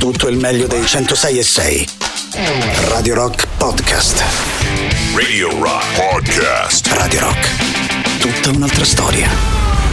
tutto il meglio dei 106.6. Radio Rock Podcast. Radio Rock Podcast. Radio Rock. Tutta un'altra storia.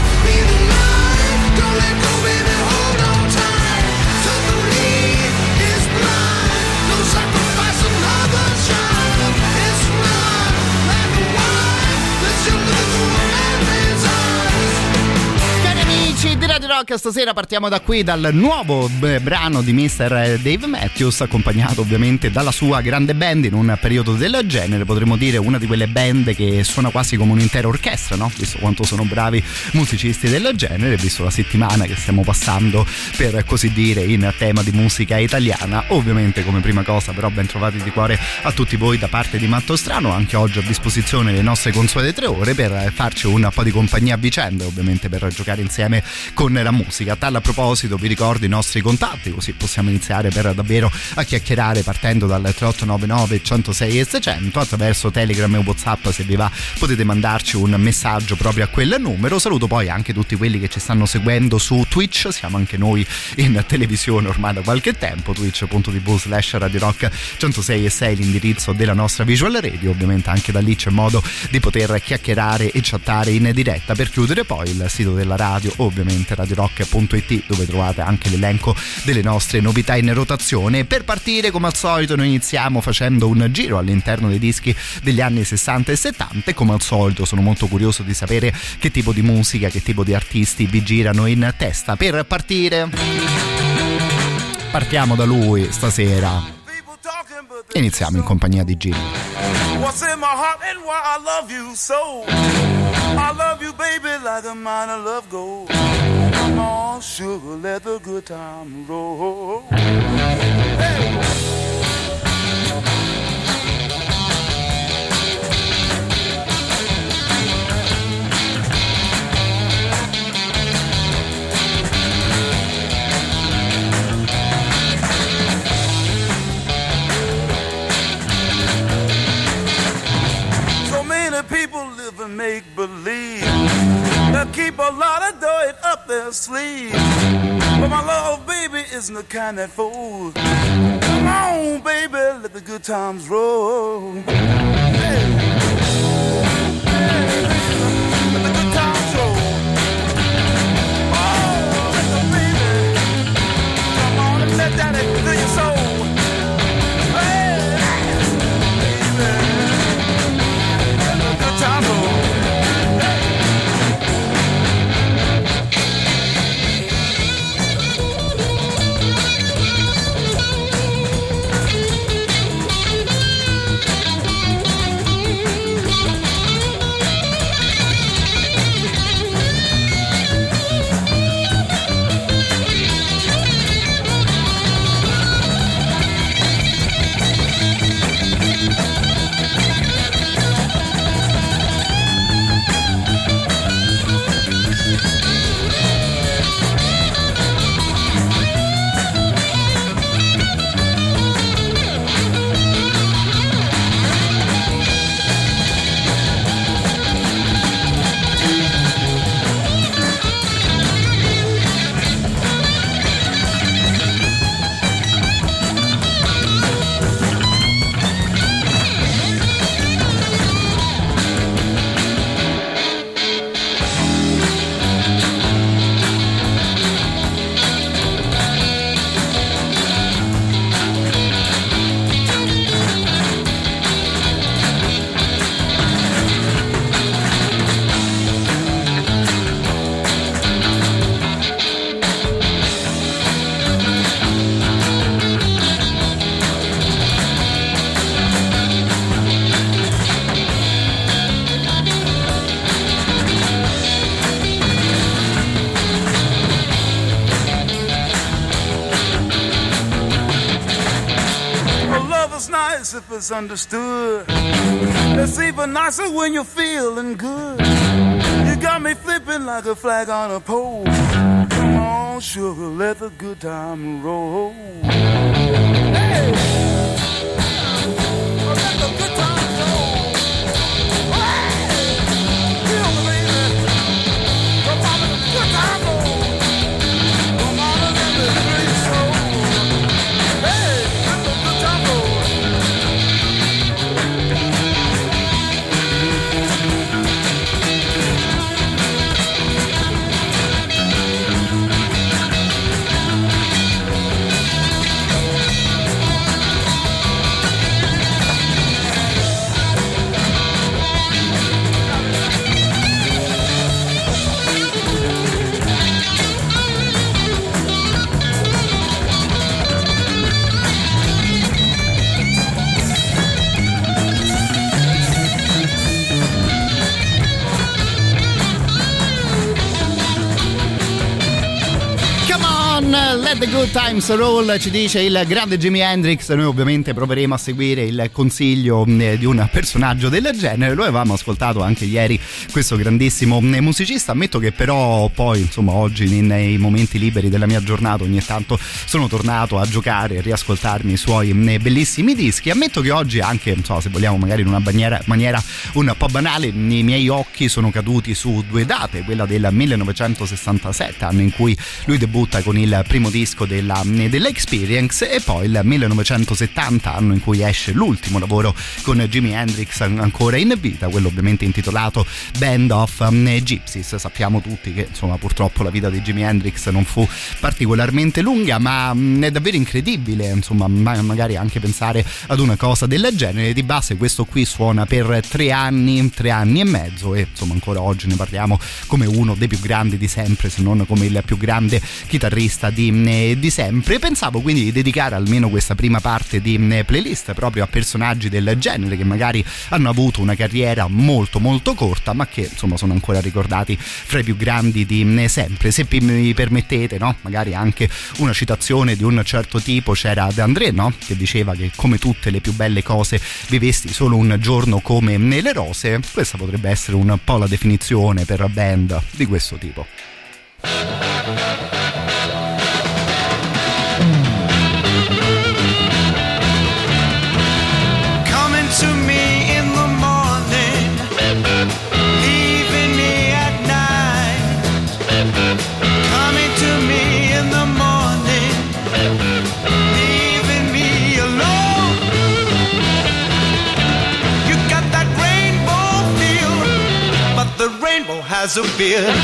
Di Radio Rock, stasera partiamo da qui, dal nuovo brano di Mr. Dave Matthews, accompagnato ovviamente dalla sua grande band in un periodo del genere, potremmo dire una di quelle band che suona quasi come un'intera orchestra, no? Visto quanto sono bravi musicisti del genere, visto la settimana che stiamo passando, per così dire, in tema di musica italiana. Ovviamente, come prima cosa, però, ben trovati di cuore a tutti voi da parte di Matto Strano, anche oggi a disposizione le nostre consuete 3 ore per farci un po' di compagnia a vicenda, ovviamente per giocare insieme con la musica. Tal proposito vi ricordo i nostri contatti, così possiamo iniziare per davvero a chiacchierare partendo dal 3899 106 e 600 attraverso Telegram e WhatsApp. Se vi va potete mandarci un messaggio proprio a quel numero. Saluto poi anche tutti quelli che ci stanno seguendo su Twitch, siamo anche noi in televisione ormai da qualche tempo, twitch.tv/Radio Rock 106 e 6 l'indirizzo della nostra visual radio. Ovviamente anche da lì c'è modo di poter chiacchierare e chattare in diretta. Per chiudere poi il sito della radio, ovviamente radiorock.it, dove trovate anche l'elenco delle nostre novità in rotazione. Per partire, come al solito, noi iniziamo facendo un giro all'interno dei dischi degli anni 60 e 70 e come al solito sono molto curioso di sapere che tipo di musica, che tipo di artisti vi girano in testa. Per partire partiamo da lui stasera, iniziamo in compagnia di Jimmy. What's in my heart and why I love you so? I love you, baby, like a mine of love gold. Come on, sugar, let the good time roll. Hey. People live and make believe, they'll keep a lot of dirt up their sleeve, but my love, baby, isn't the kind that folds. Come on, baby, let the good times roll. Hey. Hey. Let the good times roll. Oh, let the baby, come on and let that fill your soul. If it's understood, it's even nicer when you're feeling good. You got me flipping like a flag on a pole. Come on, sugar, let the good time roll. Hey! Let the good time roll. Hey! Feel me, baby. Come on, let the good time roll. Come on, let me feel your soul. Let the good times roll, ci dice il grande Jimi Hendrix. Noi ovviamente proveremo a seguire il consiglio di un personaggio del genere. Lo avevamo ascoltato anche ieri, questo grandissimo musicista. Ammetto che però poi, insomma, oggi nei momenti liberi della mia giornata ogni tanto sono tornato a giocare e riascoltarmi i suoi bellissimi dischi. Ammetto che oggi anche, non so, se vogliamo magari in una maniera un po' banale, i miei occhi sono caduti su due date, quella del 1967, anno in cui lui debutta con il primo disco della Experience, e poi il 1970, anno in cui esce l'ultimo lavoro con Jimi Hendrix ancora in vita, quello ovviamente intitolato Band of Gypsies. Sappiamo tutti che, insomma, purtroppo la vita di Jimi Hendrix non fu particolarmente lunga, ma è davvero incredibile, insomma, magari anche pensare ad una cosa del genere. Di base questo qui suona per 3 anni e mezzo, e insomma ancora oggi ne parliamo come uno dei più grandi di sempre, se non come il più grande chitarrista di sempre. Pensavo quindi di dedicare almeno questa prima parte di playlist proprio a personaggi del genere che magari hanno avuto una carriera molto molto corta, ma che insomma sono ancora ricordati fra i più grandi di sempre. Se mi permettete, no? Magari anche una citazione di un certo tipo. C'era De André, no? Che diceva che come tutte le più belle cose vivesti solo un giorno come le rose. Questa potrebbe essere un po' la definizione per band di questo tipo. Coming to me in the morning, leaving me at night. Coming to me in the morning, leaving me alone. You got that rainbow feel, but the rainbow has a beard.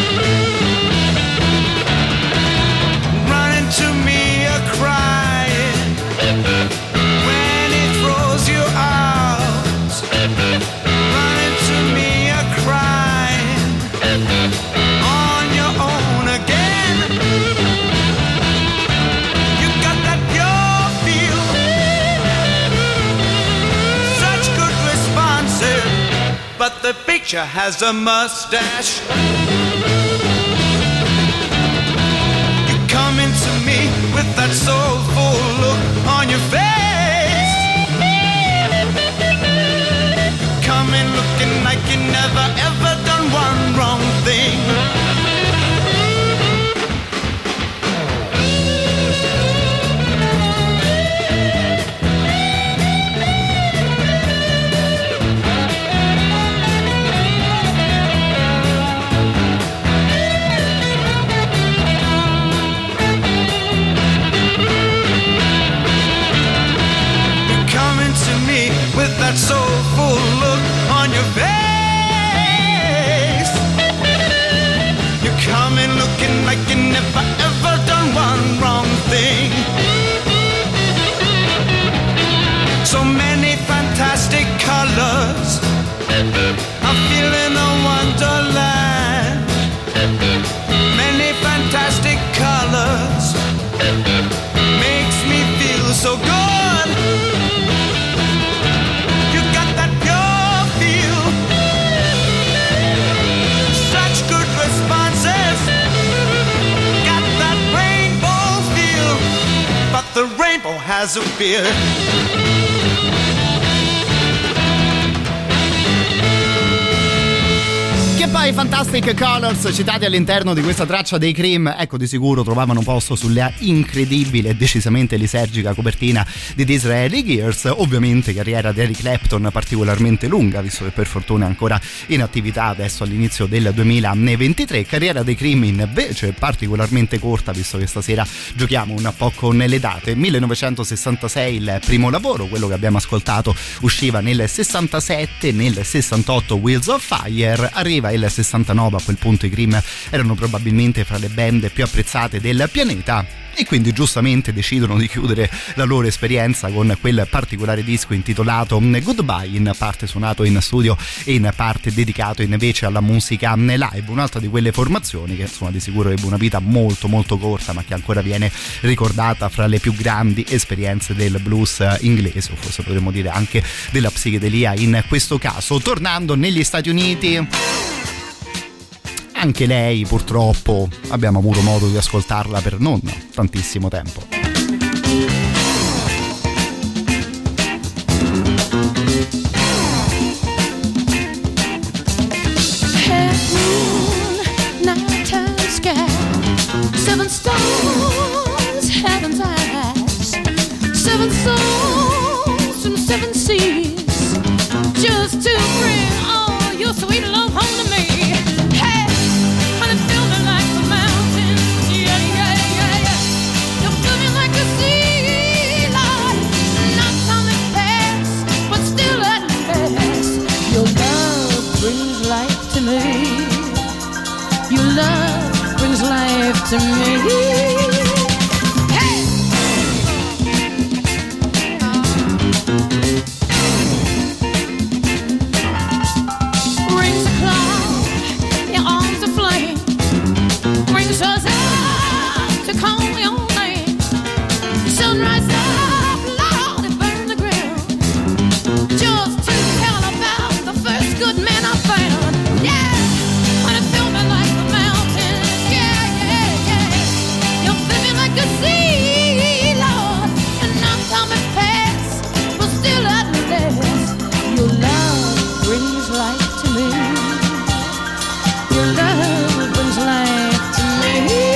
Running to me a crying when it throws you out. Running to me a crying on your own again. You got that pure feel, such good responses, but the picture has a mustache. Coming to me with that soulful look on your face. Coming looking like you never ever done one wrong thing. With that soulful look on your face. You're coming looking like you never ever done one wrong thing. So many fantastic colors, I'm feeling a wonderland. Many fantastic colors makes me feel so good. The rainbow has a beard. Che poi Fantastic Colors, citati all'interno di questa traccia dei Cream, ecco, di sicuro trovavano posto sulla incredibile e decisamente lisergica copertina di Disraeli Gears. Ovviamente carriera di Eric Clapton particolarmente lunga, visto che per fortuna è ancora in attività adesso all'inizio del 2023. Carriera dei Cream invece particolarmente corta, visto che stasera giochiamo un po' con le date. 1966 il primo lavoro, quello che abbiamo ascoltato usciva nel 67, nel 68 Wheels of Fire, arriva il 69, a quel punto i Cream erano probabilmente fra le band più apprezzate del pianeta, e quindi giustamente decidono di chiudere la loro esperienza con quel particolare disco intitolato Goodbye, in parte suonato in studio e in parte dedicato invece alla musica live. Un'altra di quelle formazioni che insomma di sicuro ebbe una vita molto molto corta, ma che ancora viene ricordata fra le più grandi esperienze del blues inglese, o forse potremmo dire anche della psichedelia in questo caso. Tornando negli Stati Uniti, anche lei purtroppo abbiamo avuto modo di ascoltarla per non tantissimo tempo. Seven stars, heaven's eyes, seven souls from seven seas, just to bring all your sweet love home to me. Hey, honey, fill me like the mountains, yeah, yeah, yeah, yeah. You fill me like the sea, Lord. Not time has passed, but still at last, your love brings life to me. Your love brings life to me. Hey! Rings a cloud, your arms are flame. Rings us up to call your name. Sunrise up, Lord, and burn the ground. Just to tell about the first good man I found. Yeah! When it filled me like the mountain. The sea, Lord, and now time has passed, but still at last, your love brings life to me. Your love brings life to me.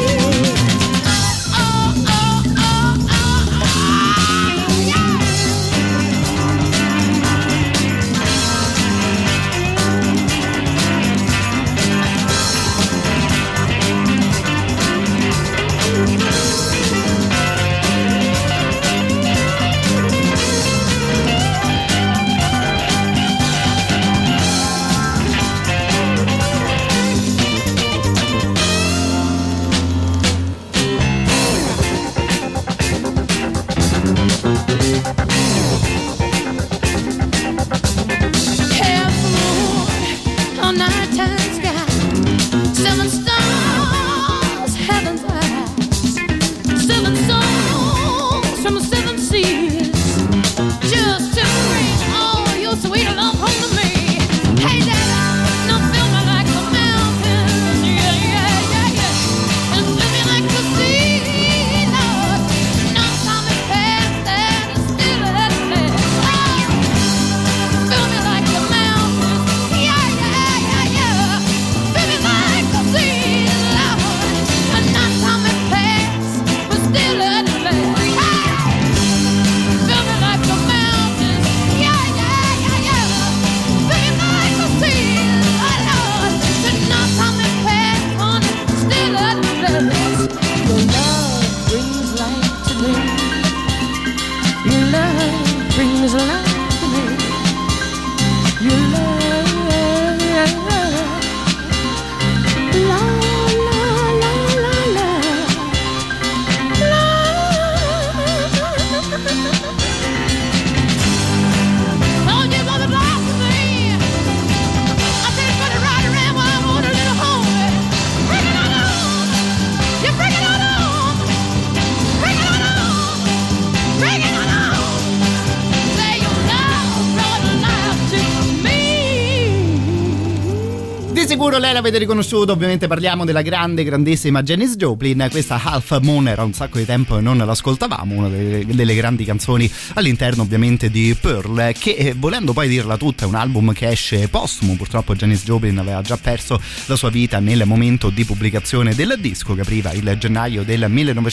Sicuro lei l'avete riconosciuto, ovviamente parliamo della grandissima Janis Joplin. Questa Half Moon era un sacco di tempo e non l'ascoltavamo, una delle grandi canzoni all'interno ovviamente di Pearl, che volendo poi dirla tutta è un album che esce postumo. Purtroppo Janis Joplin aveva già perso la sua vita nel momento di pubblicazione del disco che apriva il gennaio del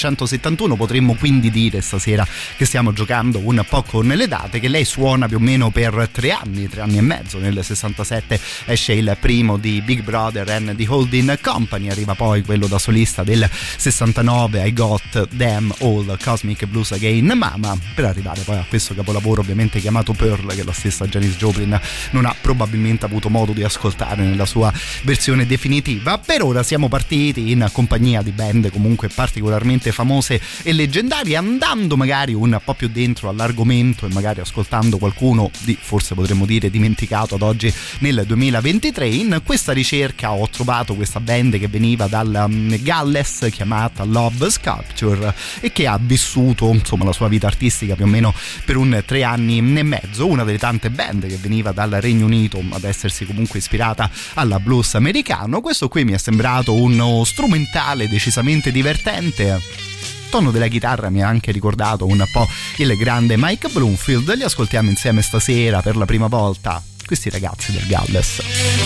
1971. Potremmo quindi dire stasera che stiamo giocando un po' con le date, che lei suona più o meno per 3 anni e mezzo. Nel 67 esce il primo di Big Brother and the Holding Company, arriva poi quello da solista del 69, I Got Them All Cosmic Blues Again Mama, per arrivare poi a questo capolavoro ovviamente chiamato Pearl, che la stessa Janis Joplin non ha probabilmente avuto modo di ascoltare nella sua versione definitiva. Per ora siamo partiti in compagnia di band comunque particolarmente famose e leggendarie, andando magari un po' più dentro all'argomento e magari ascoltando qualcuno di, forse potremmo dire, dimenticato ad oggi nel 2023. In questa ricerca ricerca ho trovato questa band che veniva dal Galles, chiamata Love Sculpture, e che ha vissuto insomma la sua vita artistica più o meno per un 3 anni e mezzo, una delle tante band che veniva dal Regno Unito ad essersi comunque ispirata alla blues americano. Questo qui mi è sembrato uno strumentale decisamente divertente. Il tono della chitarra mi ha anche ricordato un po' il grande Mike Bloomfield. Li ascoltiamo insieme stasera per la prima volta, questi ragazzi del Galles.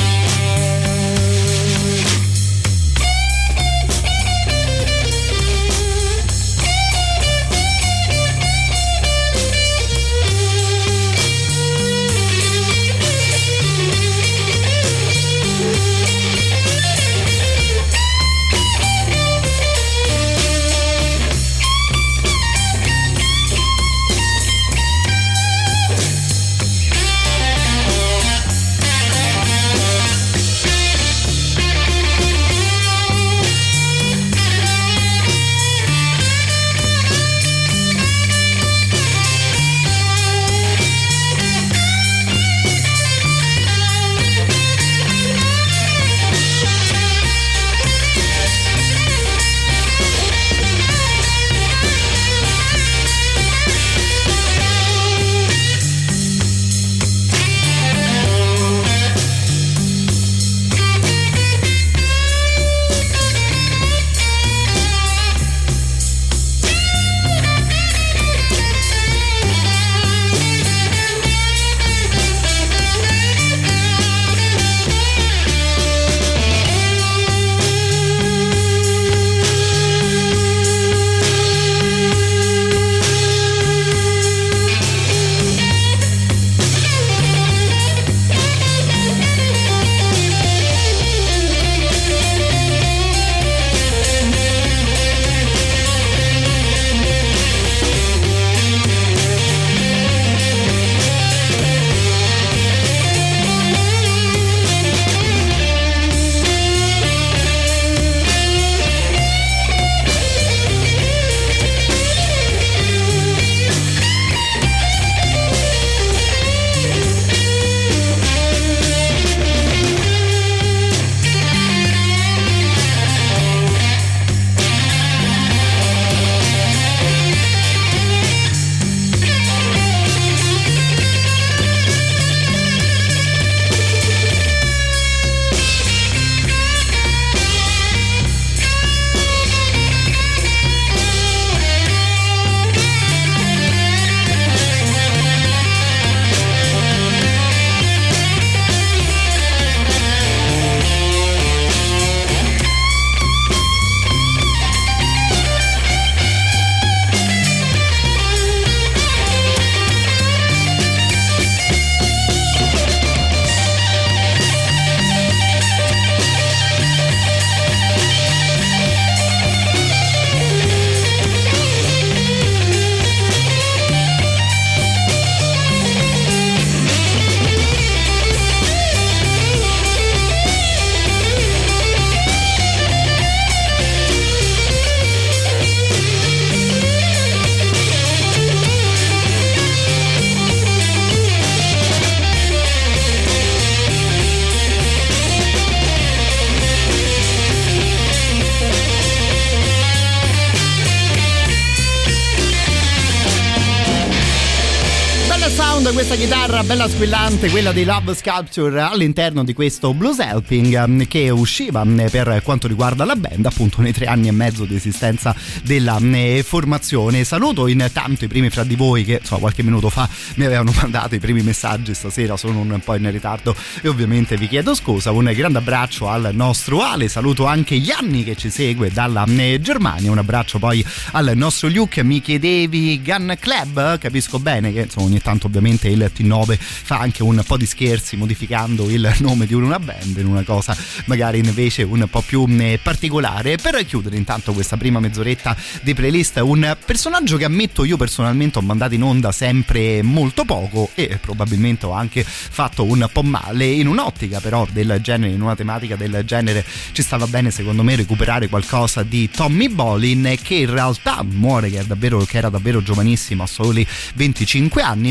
Questa chitarra bella squillante, quella dei Love Sculpture, all'interno di questo Blues Helping che usciva per quanto riguarda la band appunto nei 3 anni e mezzo di esistenza della formazione. Saluto intanto i primi fra di voi che qualche minuto fa mi avevano mandato i primi messaggi, stasera sono un po' in ritardo e ovviamente vi chiedo scusa. Un grande abbraccio al nostro Ale, saluto anche Yanni che ci segue dalla Germania, un abbraccio poi al nostro Luke. Mi chiedevi Gun Club, capisco bene che ogni tanto ovviamente il T9 fa anche un po' di scherzi modificando il nome di una band in una cosa magari invece un po' più particolare. Per chiudere intanto questa prima mezz'oretta di playlist, un personaggio che ammetto io personalmente ho mandato in onda sempre molto poco e probabilmente ho anche fatto un po' male. In un'ottica però del genere, in una tematica del genere, ci stava bene secondo me recuperare qualcosa di Tommy Bolin, che in realtà muore che era davvero giovanissimo, a soli 25 anni, ma che aveva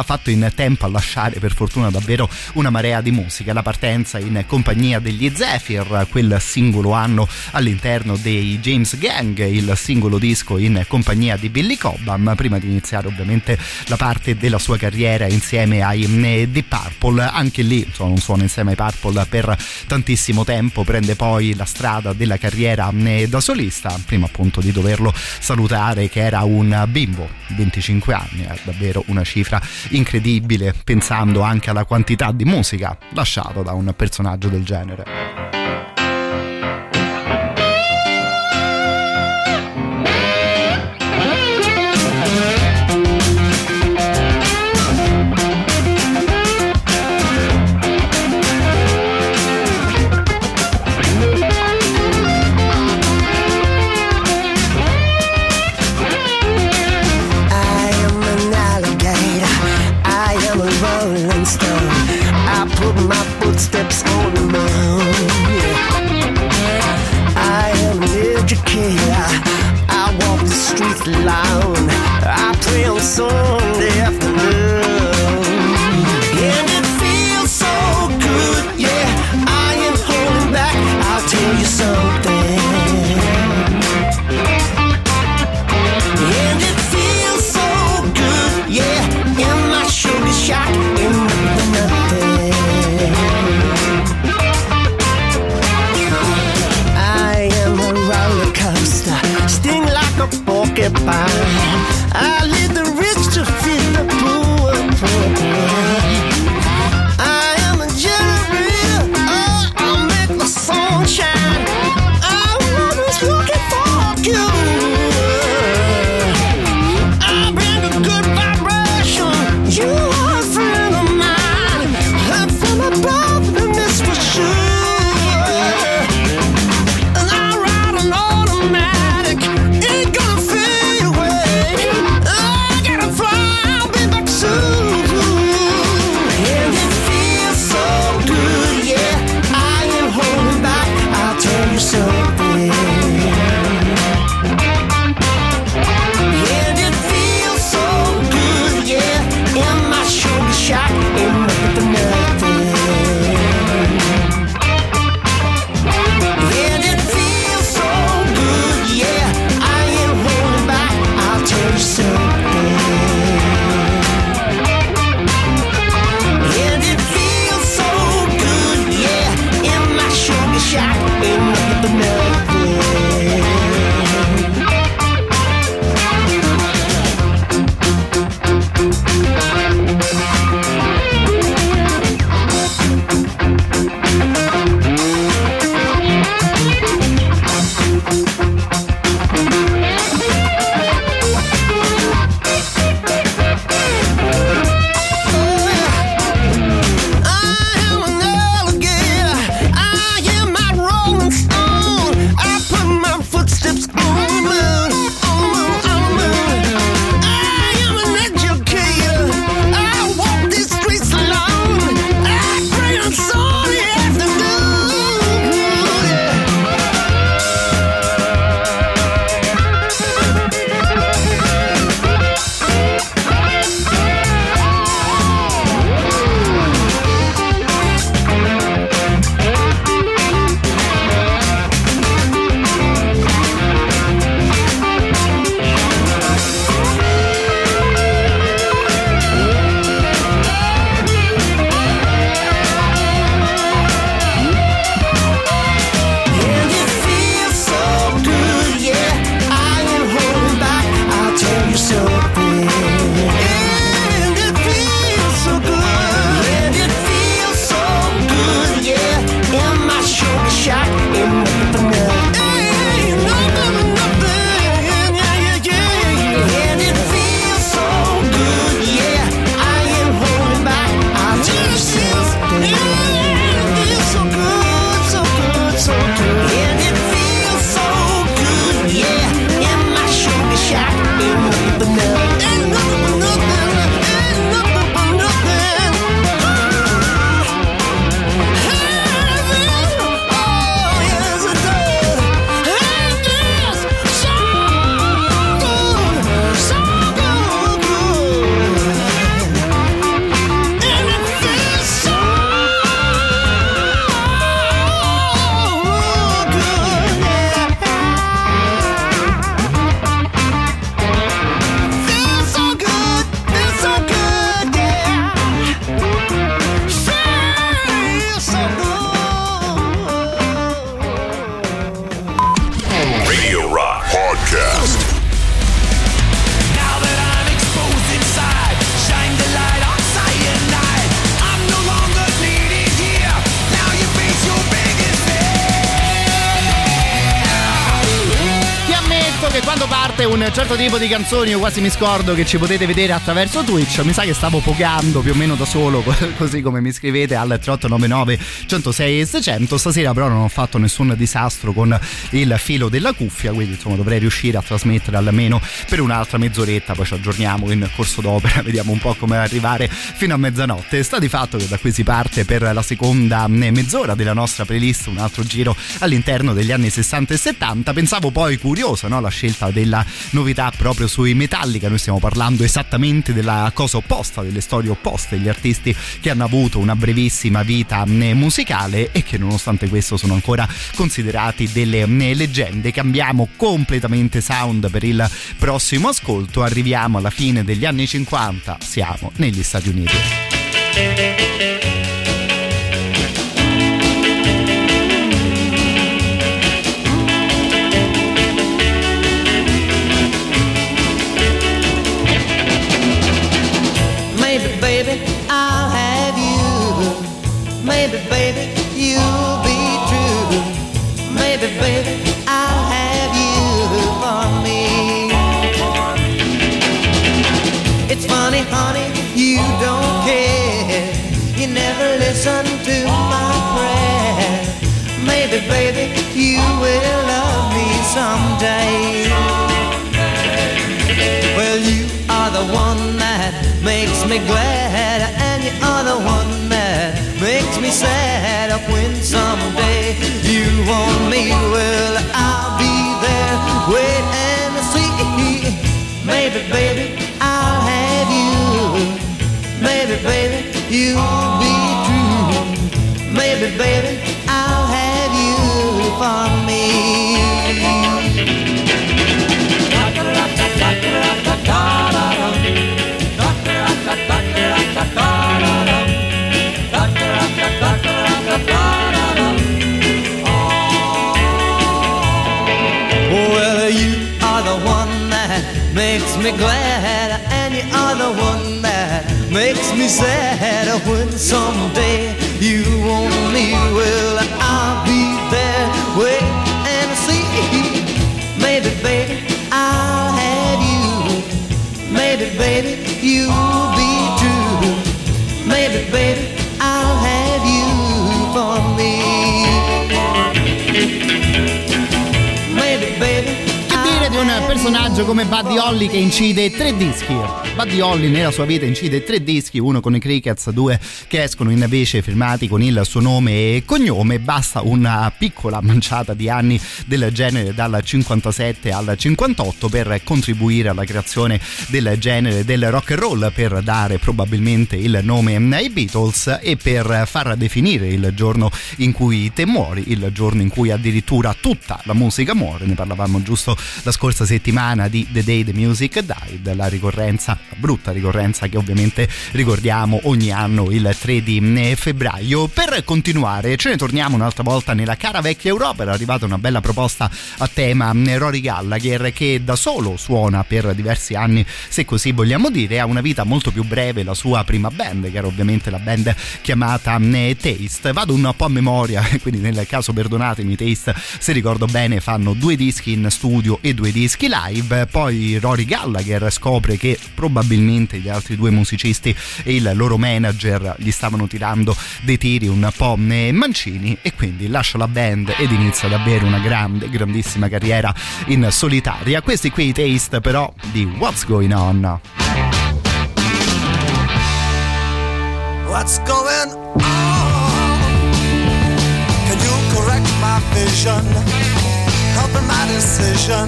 ha fatto in tempo a lasciare per fortuna davvero una marea di musica. La partenza in compagnia degli Zephyr, quel singolo anno all'interno dei James Gang, il singolo disco in compagnia di Billy Cobham, prima di iniziare ovviamente la parte della sua carriera insieme ai Deep Purple. Anche lì non suona insieme ai Purple per tantissimo tempo, prende poi la strada della carriera da solista, prima appunto di doverlo salutare che era un bimbo, 25 anni, è davvero una cifra incredibile pensando anche alla quantità di musica lasciata da un personaggio del genere. Footsteps on the moon. Yeah. I am an educator. I walk the streets alone. I pray on Sunday afternoon. And it feels so good, yeah. I am holding back. I'll tell you something. And it feels so good, yeah. In my sugar shack, in nothing. Sting like a porcupine. I lead the rich to feed the poor. I am a general. Oh, I'll make the sun shine. I was looking for you. I bring a good vibration. You are a friend of mine. I'm from above, and this for sure. the night. piacete un certo tipo di canzoni, io quasi mi scordo che ci potete vedere attraverso Twitch. Mi sa che stavo pogando più o meno da solo, così come mi scrivete al 3899 106 e 600. Stasera però non ho fatto nessun disastro con il filo della cuffia, quindi insomma dovrei riuscire a trasmettere almeno per un'altra mezz'oretta, poi ci aggiorniamo in corso d'opera, vediamo un po' come arrivare fino a mezzanotte. Sta di fatto che da qui si parte per la seconda mezz'ora della nostra playlist, un altro giro all'interno degli anni 60 e 70. Pensavo poi curiosa, no, la scelta della novità proprio sui Metallica. Noi stiamo parlando esattamente della cosa opposta, delle storie opposte, gli artisti che hanno avuto una brevissima vita musicale e che nonostante questo sono ancora considerati delle leggende. Cambiamo completamente sound per il prossimo ascolto, arriviamo alla fine degli anni 50, siamo negli Stati Uniti. Maybe, baby, you'll be true. Maybe, baby, I'll have you for me. It's funny, honey, you don't care. You never listen to my prayer. Maybe, baby, you will love me someday. Well, you are the one that makes me glad, and you are the one that makes me sad. When someday you want me, well, I'll be there. Wait and see. Maybe, baby, I'll have you. Maybe, baby, you'll be true. Maybe, baby, I'll have you for me. Well, you are the one that makes me glad, and you are the one that makes me sad. When someday you want me, well, I'll be there. Wait and see. Maybe, baby, I'll have you. Maybe, baby, you'll be true. Maybe, baby, I'll have you for me. Maybe, baby. Che dire di un personaggio come Buddy Holly che incide 3 dischi? Buddy Holly nella sua vita incide 3 dischi, uno con i Crickets, 2 che escono invece firmati con il suo nome e cognome. Basta una piccola manciata di anni del genere, dal 57 al 58, per contribuire alla creazione del genere del rock and roll, per dare probabilmente il nome ai Beatles e per far definire il giorno in cui te muori, il giorno in cui addirittura tutta la musica muore. Ne parlavamo giusto la scorsa settimana di The Day the Music Died, la ricorrenza, la brutta ricorrenza che ovviamente ricordiamo ogni anno il 3 di febbraio. Per continuare ce ne torniamo un'altra volta nella cara vecchia Europa. Era arrivata una bella proposta a tema Rory Gallagher, che da solo suona per diversi anni, se così vogliamo dire. Ha una vita molto più breve la sua prima band, che era ovviamente la band chiamata Taste. Vado un po' a memoria, quindi nel caso perdonatemi, Taste, se ricordo bene, fanno 2 dischi in studio e 2 dischi live. Poi Rory Gallagher scopre che probabilmente gli altri 2 musicisti e il loro manager gli stavano tirando dei tiri un po' mancini, e quindi lascia la band ed inizia davvero una grandissima carriera in solitaria. Questi qui i Taste, però, di What's Going On. What's going on? Can you correct my vision? Helping my decision.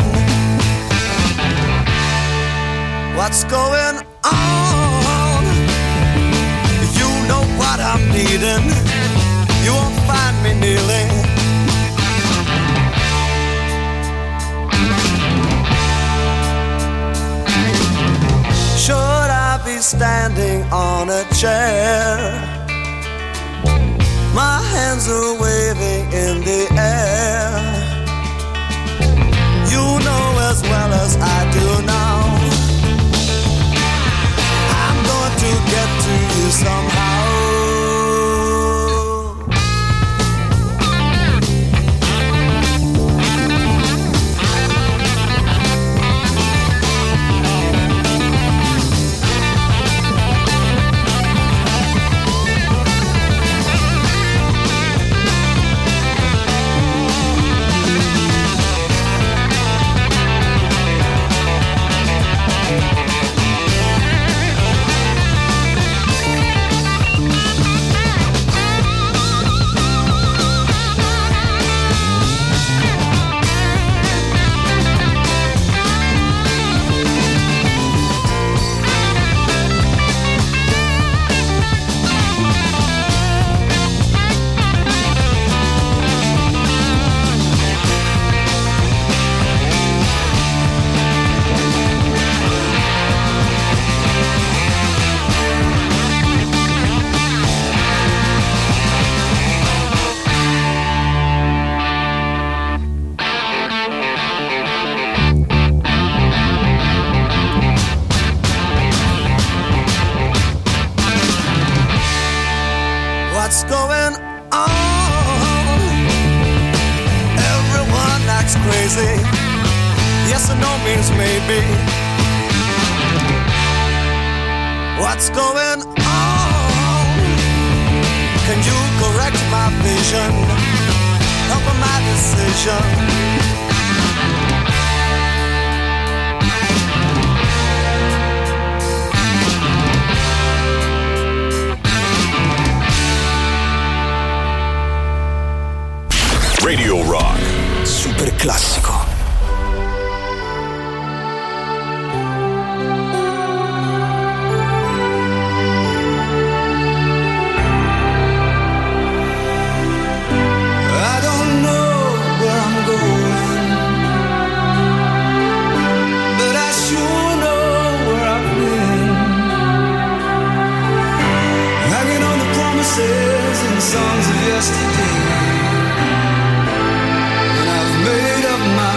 What's going on? You know what I'm needing. You won't find me kneeling. Should I be standing on a chair? My hands are waving in the air. You know as well as I do now, I'm going to get to you somehow. by no means maybe. What's going on? Can you correct my vision? Help my decision. Radio Rock. Super classico. I don't know where I'm going, but I sure know where I've been. Hanging on the promises and songs of yesterday. Made up my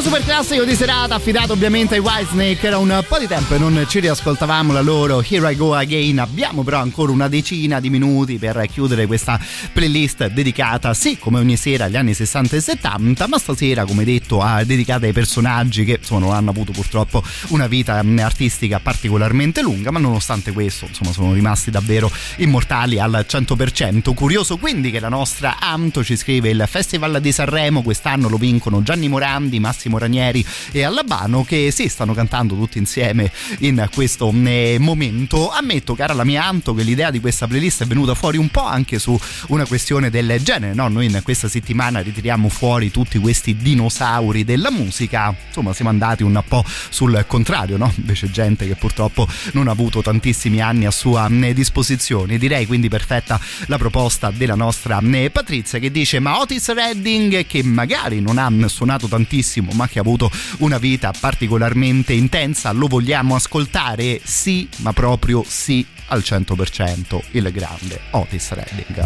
Primo super classico di serata affidato ovviamente ai Whitesnake. Era un po' di tempo e non ci riascoltavamo la loro Here I Go Again. Abbiamo però ancora una decina di minuti per chiudere questa playlist dedicata, sì, come ogni sera, agli anni 60 e 70, ma stasera, come detto, dedicata ai personaggi che insomma non hanno avuto purtroppo una vita artistica particolarmente lunga, ma nonostante questo insomma sono rimasti davvero immortali al 100%. Curioso quindi che la nostra Anto ci scrive: il Festival di Sanremo quest'anno lo vincono Gianni Morandi, Massimo Ranieri e Allabano, che sì, stanno cantando tutti insieme in questo momento. Ammetto, cara la mia Anto, che l'idea di questa playlist è venuta fuori un po' anche su una questione del genere, no? Noi in questa settimana ritiriamo fuori tutti questi dinosauri della musica, insomma siamo andati un po' sul contrario, no? Invece gente che purtroppo non ha avuto tantissimi anni a sua disposizione. Direi quindi perfetta la proposta della nostra Patrizia, che dice: ma Otis Redding, che magari non ha suonato tantissimo ma che ha avuto una vita particolarmente intensa, lo vogliamo ascoltare? Sì, ma proprio sì, al 100%, il grande Otis Redding.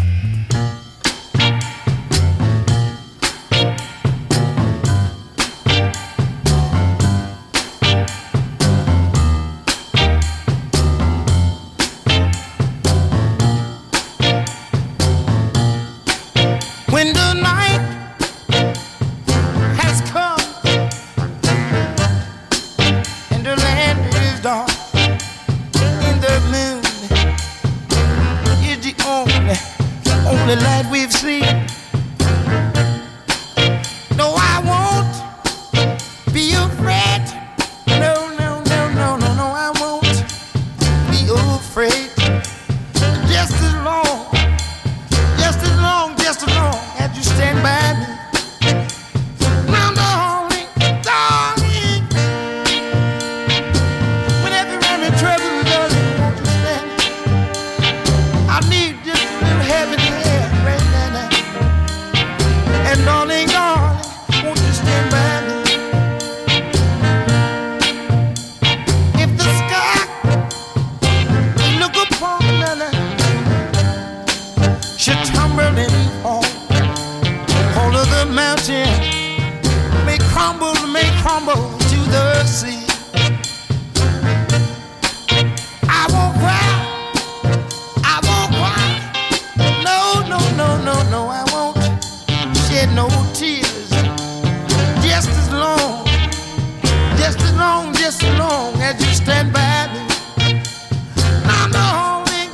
When the night has come and the land is dark and the moon is the only light we've seen. No, I won't be afraid. No, no, no, no, no, no, I won't be afraid. Just as long as you stand by me. Now, darling, whenever I'm in trouble, darling, won't you stand? I need just a little heaven here right now. And darling, won't you stand by me? If the sky you look upon should tumble and fall, all of the mountain may crumble to the sea. I won't cry, no, no, no, no, no, I won't shed no tears. Just as long as you stand by me. Now, darling,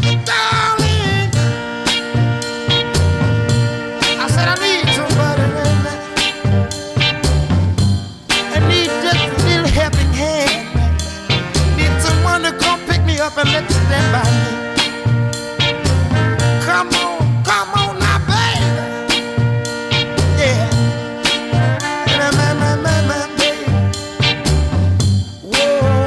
I said I need somebody right now. I need just a little helping hand. Need someone to come pick me up and let me stand by me. Come on now, baby. Yeah. My baby. Whoa.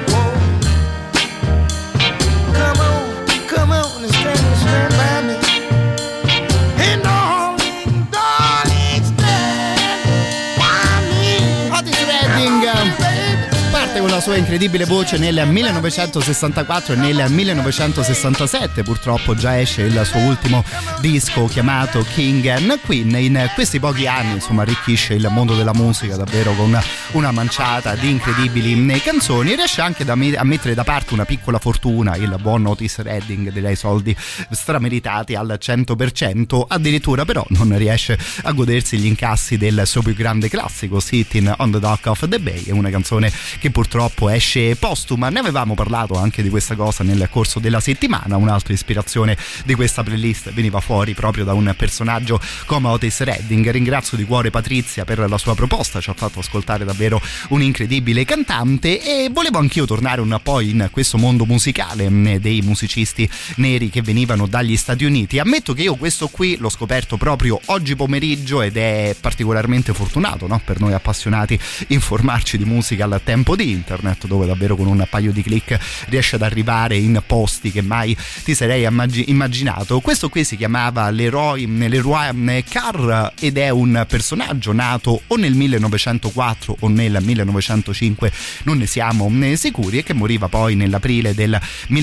Come on and stand by me. And darling, stand by me. Otis Redding parte con la sua incredibile voce nel 1964 e nel 1967 purtroppo già esce il suo ultimo disco chiamato King and Queen. In questi pochi anni insomma arricchisce il mondo della musica davvero con una manciata di incredibili canzoni. Riesce anche a mettere da parte una piccola fortuna, il buon Otis Redding, direi soldi strameritati al 100%. Addirittura però non riesce a godersi gli incassi del suo più grande classico, Sitting on the Dock of the Bay. È una canzone che purtroppo esce postuma. Ne avevamo parlato anche di questa cosa nel corso della settimana. Un'altra ispirazione di questa playlist veniva fuori proprio da un personaggio come Otis Redding. Ringrazio di cuore Patrizia per la sua proposta, ci ha fatto ascoltare davvero un incredibile cantante, e volevo anch'io tornare un po' in questo mondo musicale dei musicisti neri che venivano dagli Stati Uniti. Ammetto che io questo qui l'ho scoperto proprio oggi pomeriggio ed è particolarmente fortunato, no? Per noi appassionati informarci di musica al tempo di internet. internet, dove davvero con un paio di click riesci ad arrivare in posti che mai ti sarei immaginato. Questo qui si chiamava Leroy Carr ed è un personaggio nato o nel 1904 o nel 1905, non ne siamo sicuri, e che moriva poi nell'aprile del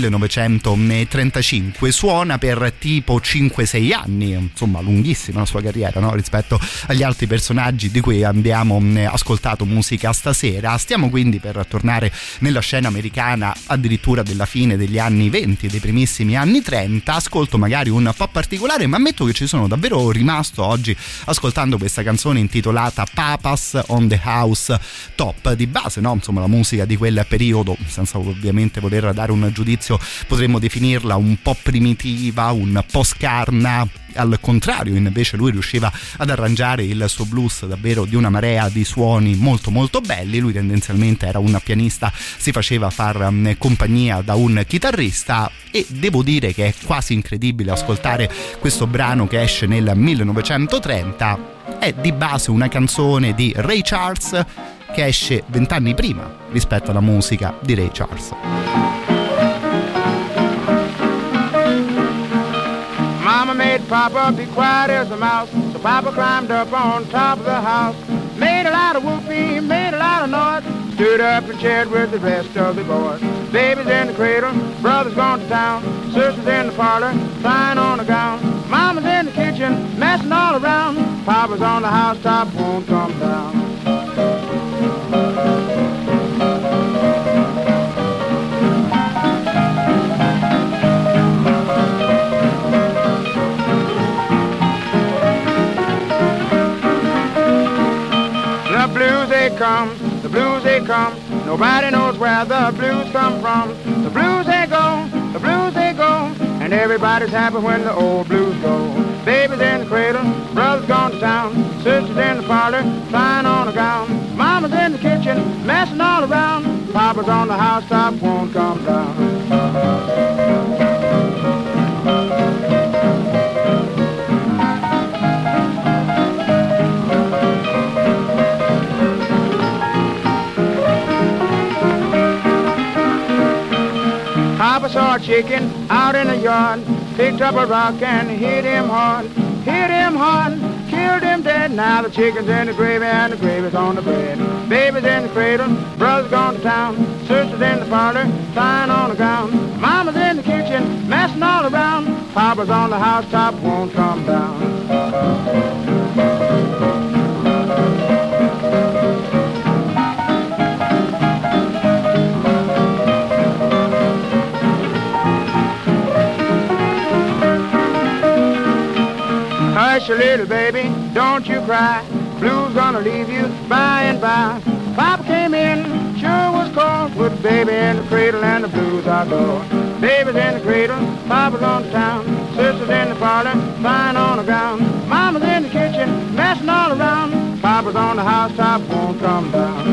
1935. Suona per tipo 5-6 anni, insomma lunghissima la sua carriera, no? Rispetto agli altri personaggi di cui abbiamo ascoltato musica stasera. Stiamo quindi per tornare nella scena americana addirittura della fine degli anni 20, dei primissimi anni 30. Ascolto magari un po' particolare, ma ammetto che ci sono davvero rimasto oggi ascoltando questa canzone intitolata Papas on the House Top. Di base, no? Insomma, la musica di quel periodo, senza ovviamente voler dare un giudizio, potremmo definirla un po' primitiva, un po' scarna. Al contrario, invece, lui riusciva ad arrangiare il suo blues davvero di una marea di suoni molto molto belli. Lui tendenzialmente era un pianista, si faceva far compagnia da un chitarrista, e devo dire che è quasi incredibile ascoltare questo brano che esce nel 1930. È di base una canzone di Ray Charles che esce 20 anni prima rispetto alla musica di Ray Charles. Mama made Papa be quiet as a mouse, so Papa climbed up on top of the house, made a lot of whooping, made a lot of noise, stood up and chatted with the rest of the boys. Baby's in the cradle, brother's gone to town, sister's in the parlor, trying on a gown, Mama's in the kitchen, messing all around, Papa's on the housetop, won't come down. The blues they come, nobody knows where the blues come from. The blues they go, the blues they go, and everybody's happy when the old blues go. Baby's in the cradle, brother's gone to town, sister's in the parlor, trying on a gown, Mama's in the kitchen, messing all around, Papa's on the housetop, won't come down. Papa saw a chicken out in the yard, picked up a rock and hit him hard, killed him dead. Now the chicken's in the gravy and the gravy's on the bread. Baby's in the cradle, brother's gone to town, sister's in the parlor, trying on a gown, Mama's in the kitchen, messing all around, Papa's on the housetop, won't come down. Hush, little baby, don't you cry, blues gonna leave you by and by. Papa came in, sure was cold, put the baby in the cradle and the blues are gone. Baby's in the cradle, Papa's on the town, sister's in the parlor, trying on a gown, Mama's in the kitchen, messing all around, Papa's on the housetop, won't come down.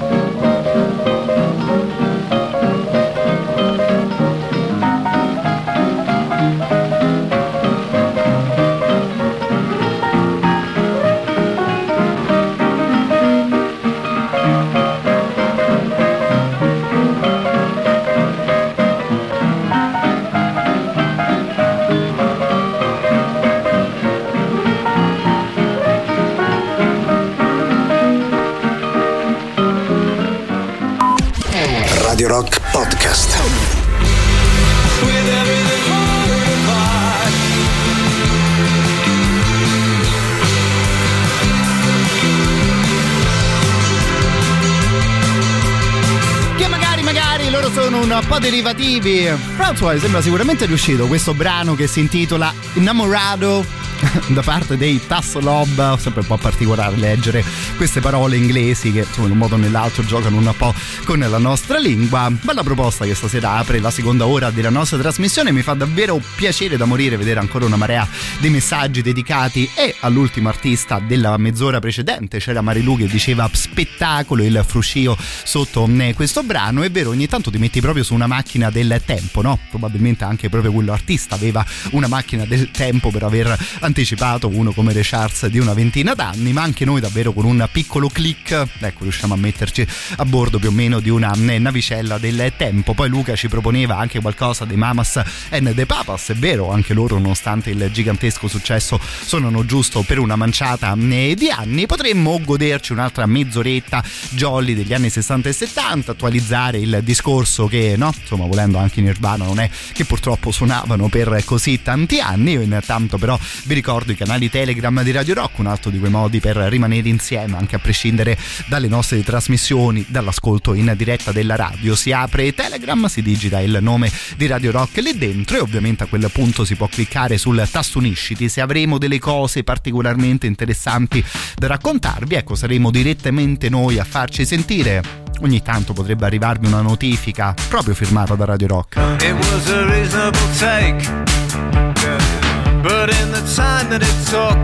Radio Rock Podcast. Magari loro sono un po' derivativi, però insomma sembra sicuramente riuscito questo brano che si intitola Innamorado da parte dei Tasso Lob. Sempre un po' particolare leggere queste parole inglesi che insomma in un modo o nell'altro giocano un po' con la nostra lingua. Bella proposta che stasera apre la seconda ora della nostra trasmissione. Mi fa davvero piacere da morire vedere ancora una marea di messaggi dedicati e all'ultimo artista della mezz'ora precedente. C'era Marilu che diceva spettacolo il fruscio sotto questo brano. È vero, ogni tanto ti metti proprio su una macchina del tempo, no? Probabilmente anche proprio quello artista aveva una macchina del tempo per aver anticipato uno come Ray Charles di una ventina d'anni, ma anche noi davvero con un piccolo click, ecco, riusciamo a metterci a bordo più o meno di una navicella del tempo. Poi Luca ci proponeva anche qualcosa dei Mamas and the Papas, è vero, anche loro nonostante il gigantesco successo suonano giusto per una manciata di anni. Potremmo goderci un'altra mezz'oretta jolly degli anni 60 e 70, attualizzare il discorso che, no, insomma, volendo anche in Nirvana non è che purtroppo suonavano per così tanti anni. Io intanto però vi ricordo i canali Telegram di Radio Rock, un altro di quei modi per rimanere insieme anche a prescindere dalle nostre trasmissioni, dall'ascolto in diretta della radio. Si apre Telegram, si digita il nome di Radio Rock lì dentro e ovviamente a quel punto si può cliccare sul tasto unisciti. Se avremo delle cose particolarmente interessanti da raccontarvi, ecco, saremo direttamente noi a farci sentire. Ogni tanto potrebbe arrivarvi una notifica proprio firmata da Radio Rock. It was a reasonable take, but in the time that it took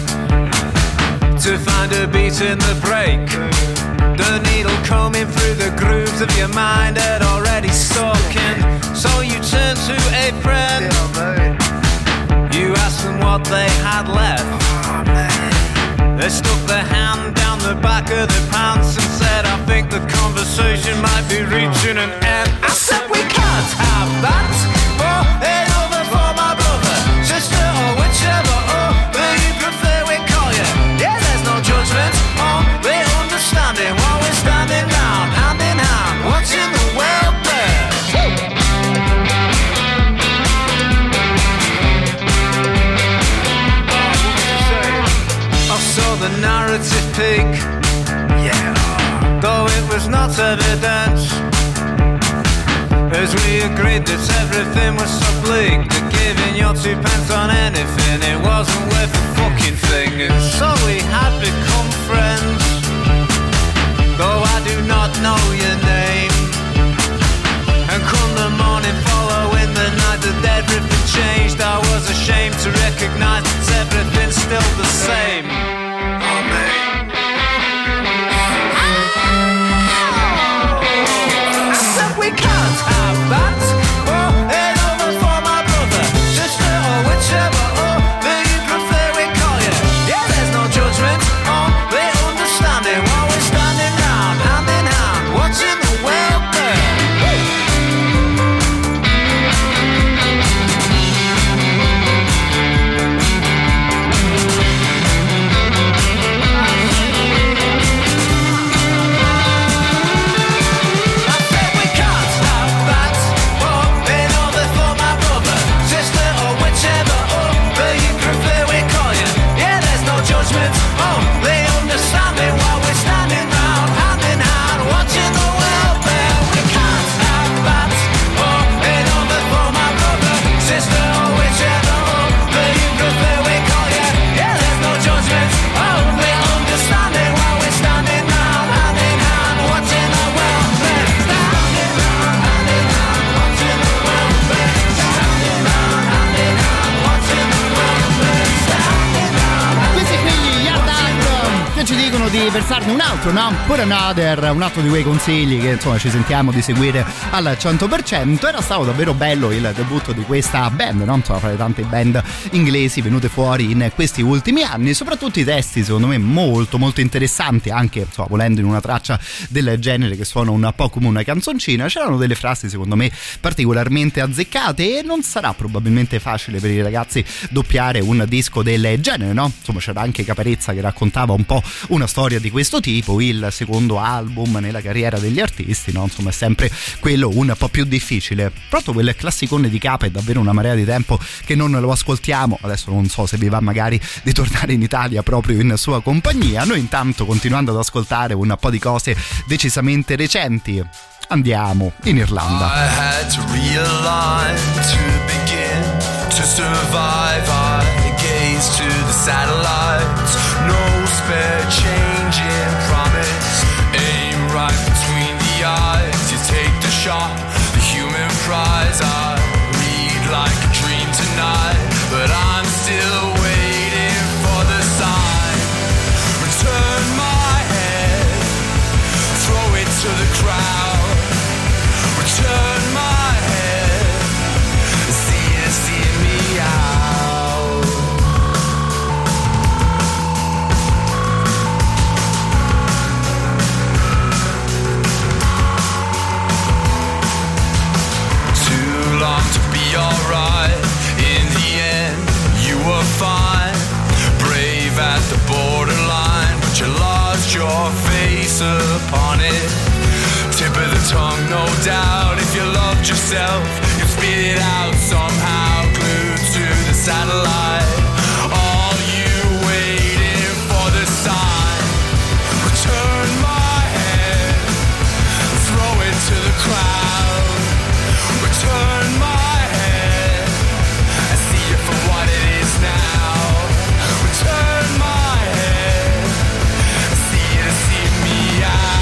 to find a beat in the break, the needle combing through the grooves of your mind had already stuck in. So you turned to a friend, you asked them what they had left. They stuck their hand down the back of the pants and said, I think the conversation might be reaching an end. I said we can't have that. Oh, ain't over for my brother, sister, or whichever, but you prefer we call you. Yeah, there's no judgment, only understanding while we're standing round, hand in hand, watching the world burn. I saw the narrative peak, yeah, though it was not evident, as we agreed that everything was so bleak, that giving your 2 pence on anything, it wasn't worth a fucking thing. And so we had become friends, though I do not know your name. And come the morning following the night that everything changed, I was ashamed to recognize that everything's still the same. I said we can't have that. Oh, ain't over for my brother, sister, or whichever, that you prefer we call you. Yeah, there's no judgment, only understanding while we're standing round, hand in hand, watching the world burn. Di versarne un altro, no? Pure Another, un altro di quei consigli che insomma ci sentiamo di seguire al 100%. Era stato davvero bello il debutto di questa band, no? Insomma, fra le tante band inglesi venute fuori in questi ultimi anni, soprattutto i testi secondo me molto molto interessanti, anche insomma volendo in una traccia del genere che suona un po' come una canzoncina, c'erano delle frasi secondo me particolarmente azzeccate e non sarà probabilmente facile per i ragazzi doppiare un disco del genere, no? Insomma c'era anche Caparezza che raccontava un po' una storia di questo tipo, il secondo album nella carriera degli artisti, no? Insomma è sempre quello un po' più difficile. Proprio quel classicone di Capa è davvero una marea di tempo che non lo ascoltiamo, adesso non so se vi va magari di tornare in Italia proprio in sua compagnia. Noi intanto, continuando ad ascoltare un po' di cose decisamente recenti, andiamo in Irlanda. I had to realign to begin to survive. I gaze to the satellites, no spare change in promise. Aim right between the eyes, you take the shot, the human prize. I read like a dream tonight, but I'm still waiting for the sign. Return my head, throw it to the crowd. Return my head, see me out. face upon it. Tip of the tongue, no doubt. If you loved yourself, you'd spit it out somehow, glued to the satellite. All you waiting for the sign. Return my head, throw it to the crowd. Return my head, I see it for what it is now. Return my head, I see it, see me out.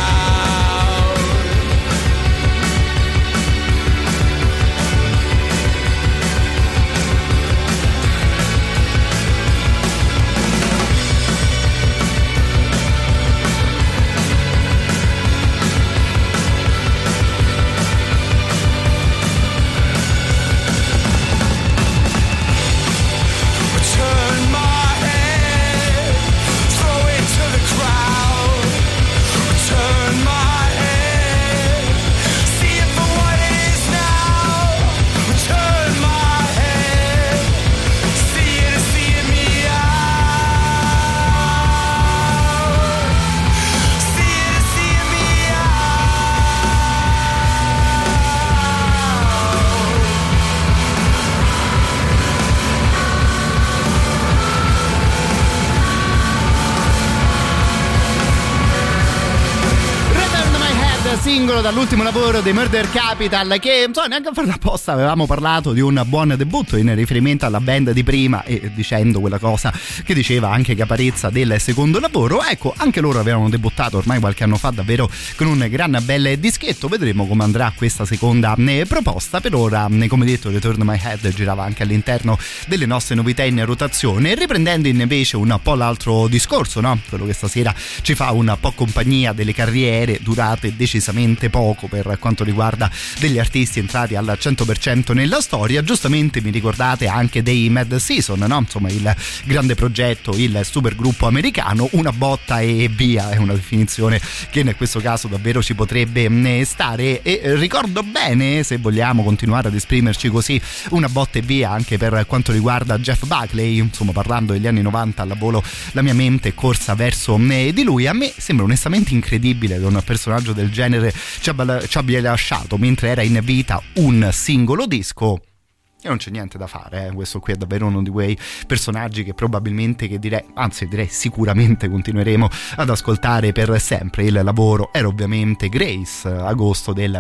Singolo dall'ultimo lavoro dei Murder Capital, che insomma neanche a farlo apposta avevamo parlato di un buon debutto in riferimento alla band di prima e dicendo quella cosa che diceva anche Caparezza del secondo lavoro. Ecco, anche loro avevano debuttato ormai qualche anno fa davvero con un gran bel dischetto. Vedremo come andrà questa seconda proposta. Per ora, come detto, Return My Head girava anche all'interno delle nostre novità in rotazione, riprendendo invece un po' l'altro discorso, no? Quello che stasera ci fa un po' compagnia delle carriere durate decisamente poco per quanto riguarda degli artisti entrati al 100% nella storia. Giustamente mi ricordate anche dei Mad Season, no? Insomma, il grande progetto, il super gruppo americano. Una botta e via è una definizione che in questo caso davvero ci potrebbe stare, e ricordo bene, se vogliamo continuare ad esprimerci così, una botta e via anche per quanto riguarda Jeff Buckley. Insomma, parlando degli anni 90 al volo la mia mente è corsa verso di lui. A me sembra onestamente incredibile che un personaggio del genere ci abbia lasciato mentre era in vita un singolo disco. E non c'è niente da fare, questo qui è davvero uno di quei personaggi che probabilmente, che direi sicuramente continueremo ad ascoltare per sempre. Il lavoro era ovviamente Grace, agosto del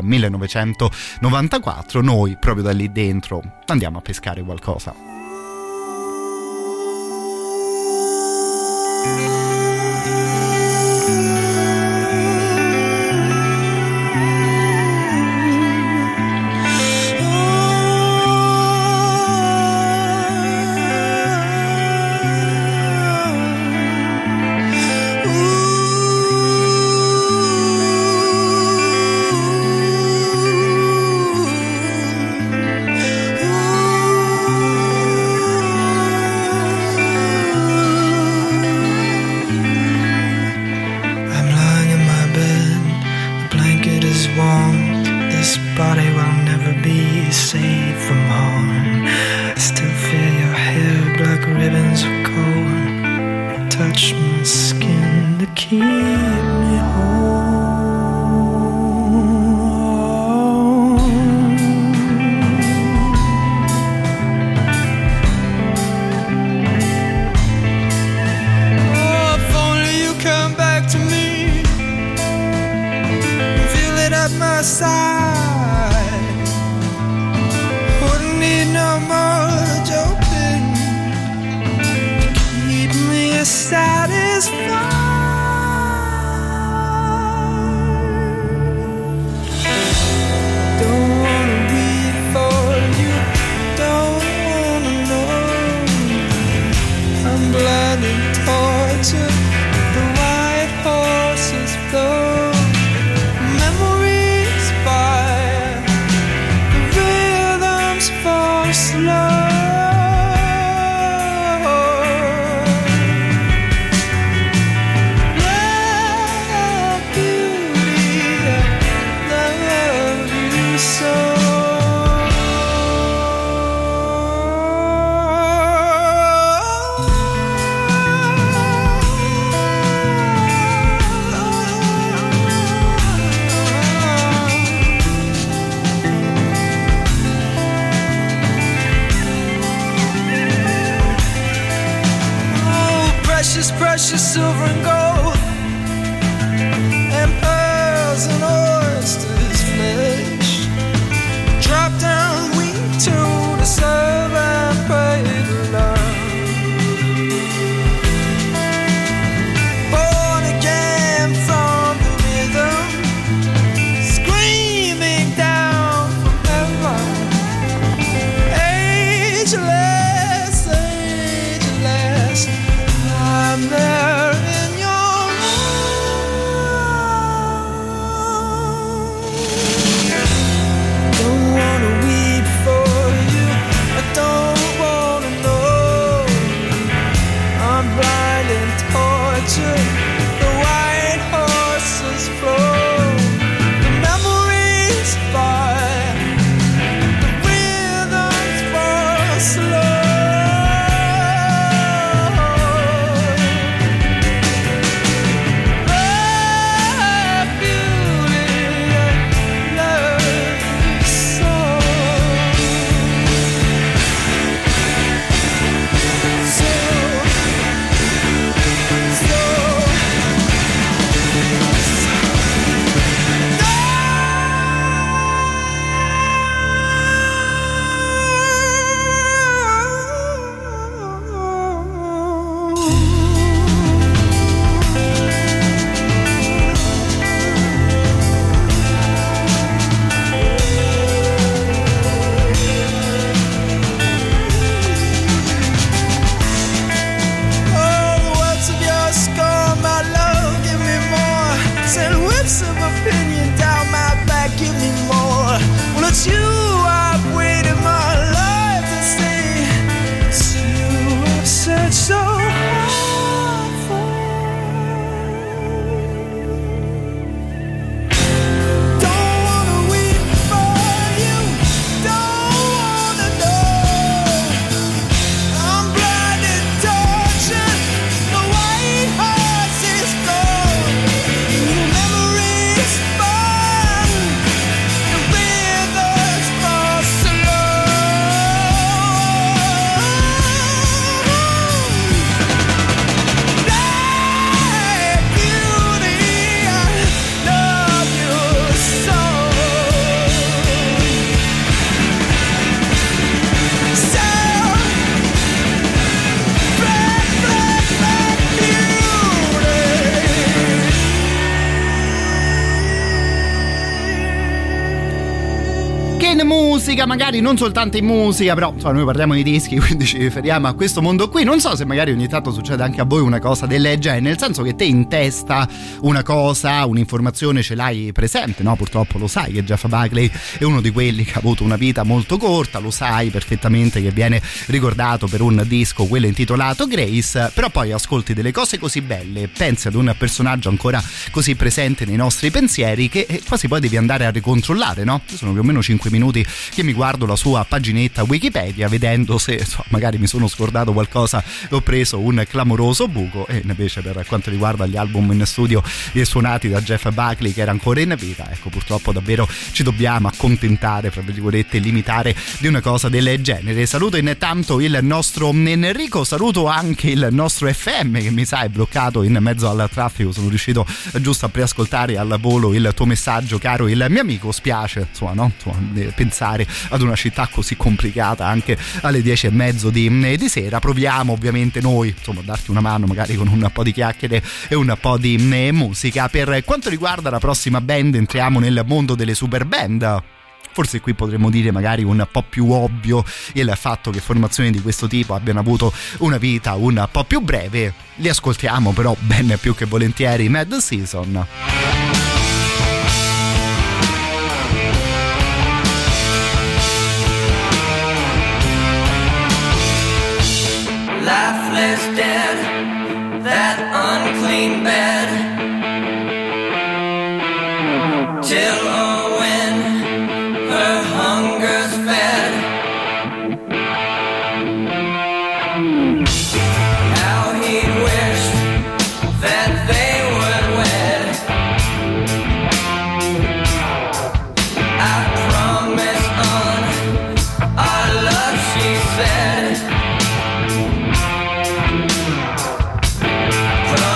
1994. Noi proprio da lì dentro andiamo a pescare qualcosa. Memories by your silver and gold, and pearls and oysters flesh. Drop down wheat to the serve and pray to love. Born again from the rhythm, screaming down from heaven. Ageless, ageless, I'm there in your arms. Don't wanna weep for you, I don't wanna know. I'm blind and tortured, the white horses flow. The memories fire, the rhythms fall slow. Love, beauty, love, soul. Oh, the words of your scorn, my love, give me more. Send whips of opinion down my back, give me more. Well, it's you I've waited my life to see. It's you I've searched so hard for. Don't wanna weep for you, don't wanna know. I'm blind and tortured, the white horse is gone. Your memories burn, the rivers fall slow. Black beauty, I love your soul. So black, black, black Che in musica, magari non soltanto in musica, però insomma noi parliamo di dischi, quindi ci riferiamo a questo mondo qui. Non so se magari ogni tanto succede anche a voi una cosa del genere, nel senso che te in testa una cosa, un'informazione ce l'hai presente, no? Purtroppo lo sai che Jeff Buckley è uno di quelli che ha avuto una vita molto corta, lo sai perfettamente che viene ricordato per un disco, quello intitolato Grace, però poi ascolti delle cose così belle, pensi ad un personaggio ancora così presente nei nostri pensieri che quasi poi devi andare a ricontrollare, no? Sono più o meno 5 minuti che mi guardo la sua paginetta Wikipedia vedendo se magari mi sono scordato qualcosa e ho preso un clamoroso buco. E invece per quanto riguarda gli album in studio suonati da Jeff Buckley che era ancora in vita, ecco, purtroppo davvero ci dobbiamo accontentare, fra virgolette, limitare di una cosa del genere. Saluto intanto il nostro Enrico, saluto anche il nostro FM che mi sa è bloccato in mezzo al traffico, sono riuscito giusto a preascoltare al volo il tuo messaggio, caro il mio amico. Spiace insomma, no? Pensare ad una città così complicata anche alle 10:30 di sera. Proviamo ovviamente noi insomma a darti una mano magari con un po' di chiacchiere e un po' di musica. Per quanto riguarda la prossima band entriamo nel mondo delle super band. Forse qui potremmo dire magari un po' più ovvio il fatto che formazioni di questo tipo abbiano avuto una vita un po' più breve. Li ascoltiamo però ben più che volentieri. Mad Season. Lifeless dead, that unclean bed, till or when her hunger's fed. How he'd wish that they would wed. I promise on our love, she said.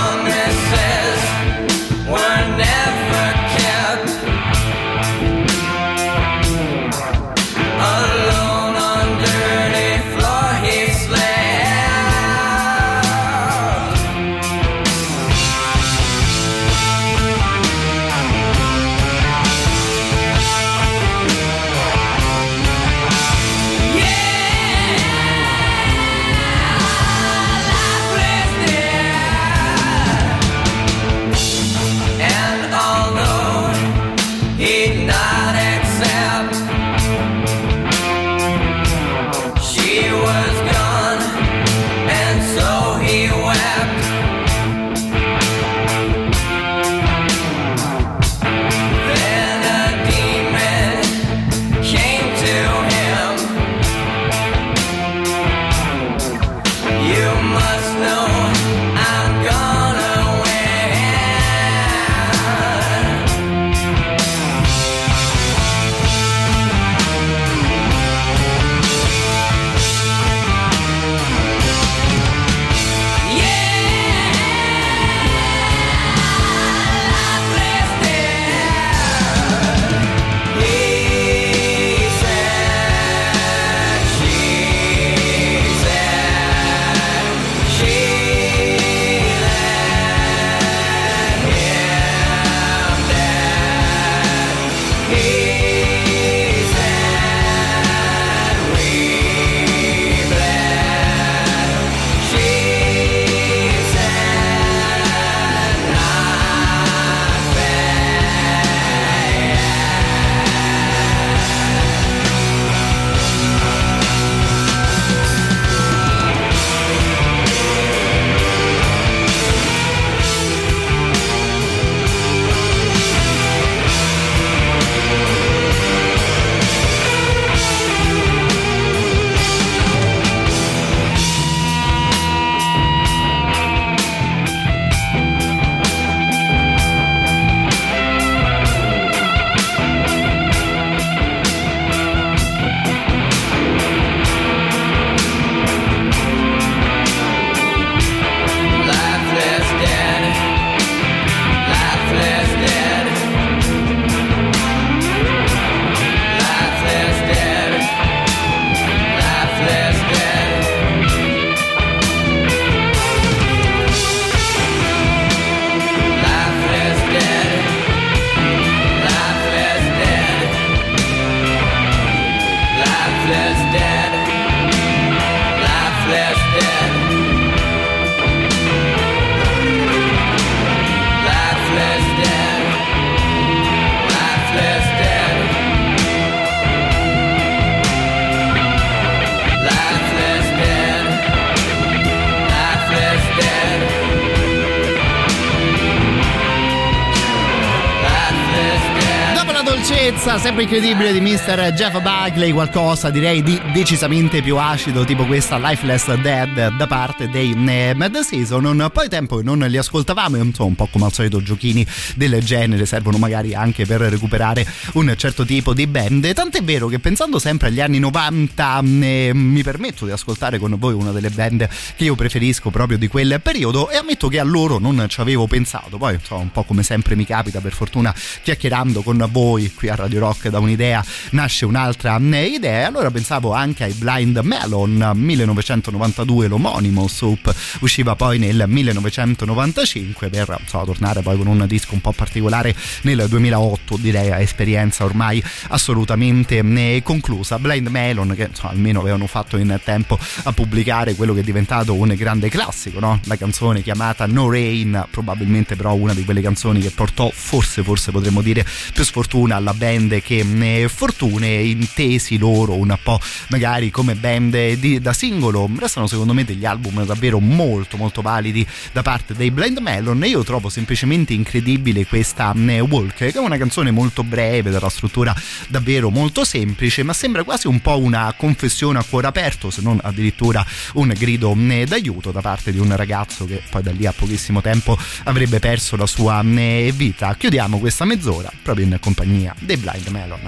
dolcezza sempre incredibile di Mr. Jeff Buckley, qualcosa direi di decisamente più acido, tipo questa Lifeless Dead da parte dei Mad Season. Un po' di tempo che non li ascoltavamo e insomma, un po' come al solito giochini del genere servono magari anche per recuperare un certo tipo di band, tant'è vero che pensando sempre agli anni 90 mi permetto di ascoltare con voi una delle band che io preferisco proprio di quel periodo, e ammetto che a loro non ci avevo pensato. Poi insomma, un po' come sempre mi capita, per fortuna chiacchierando con voi qui a Radio Rock da un'idea nasce un'altra idea. Allora pensavo anche ai Blind Melon, 1992 l'omonimo Soap usciva poi nel 1995 per insomma, tornare poi con un disco un po' particolare nel 2008, direi a esperienza ormai assolutamente conclusa. Blind Melon che insomma, almeno avevano fatto in tempo a pubblicare quello che è diventato un grande classico, no? La canzone chiamata No Rain, probabilmente però una di quelle canzoni che portò forse potremmo dire più sfortuna alla band che fortune, intesi loro un po' magari come band da singolo. Restano secondo me degli album davvero molto molto validi da parte dei Blind Melon, e io trovo semplicemente incredibile questa Walk, che è una canzone molto breve, dalla struttura davvero molto semplice, ma sembra quasi un po' una confessione a cuore aperto, se non addirittura un grido d'aiuto da parte di un ragazzo che poi da lì a pochissimo tempo avrebbe perso la sua vita. Chiudiamo questa mezz'ora proprio in compagnia dei Blind Melon.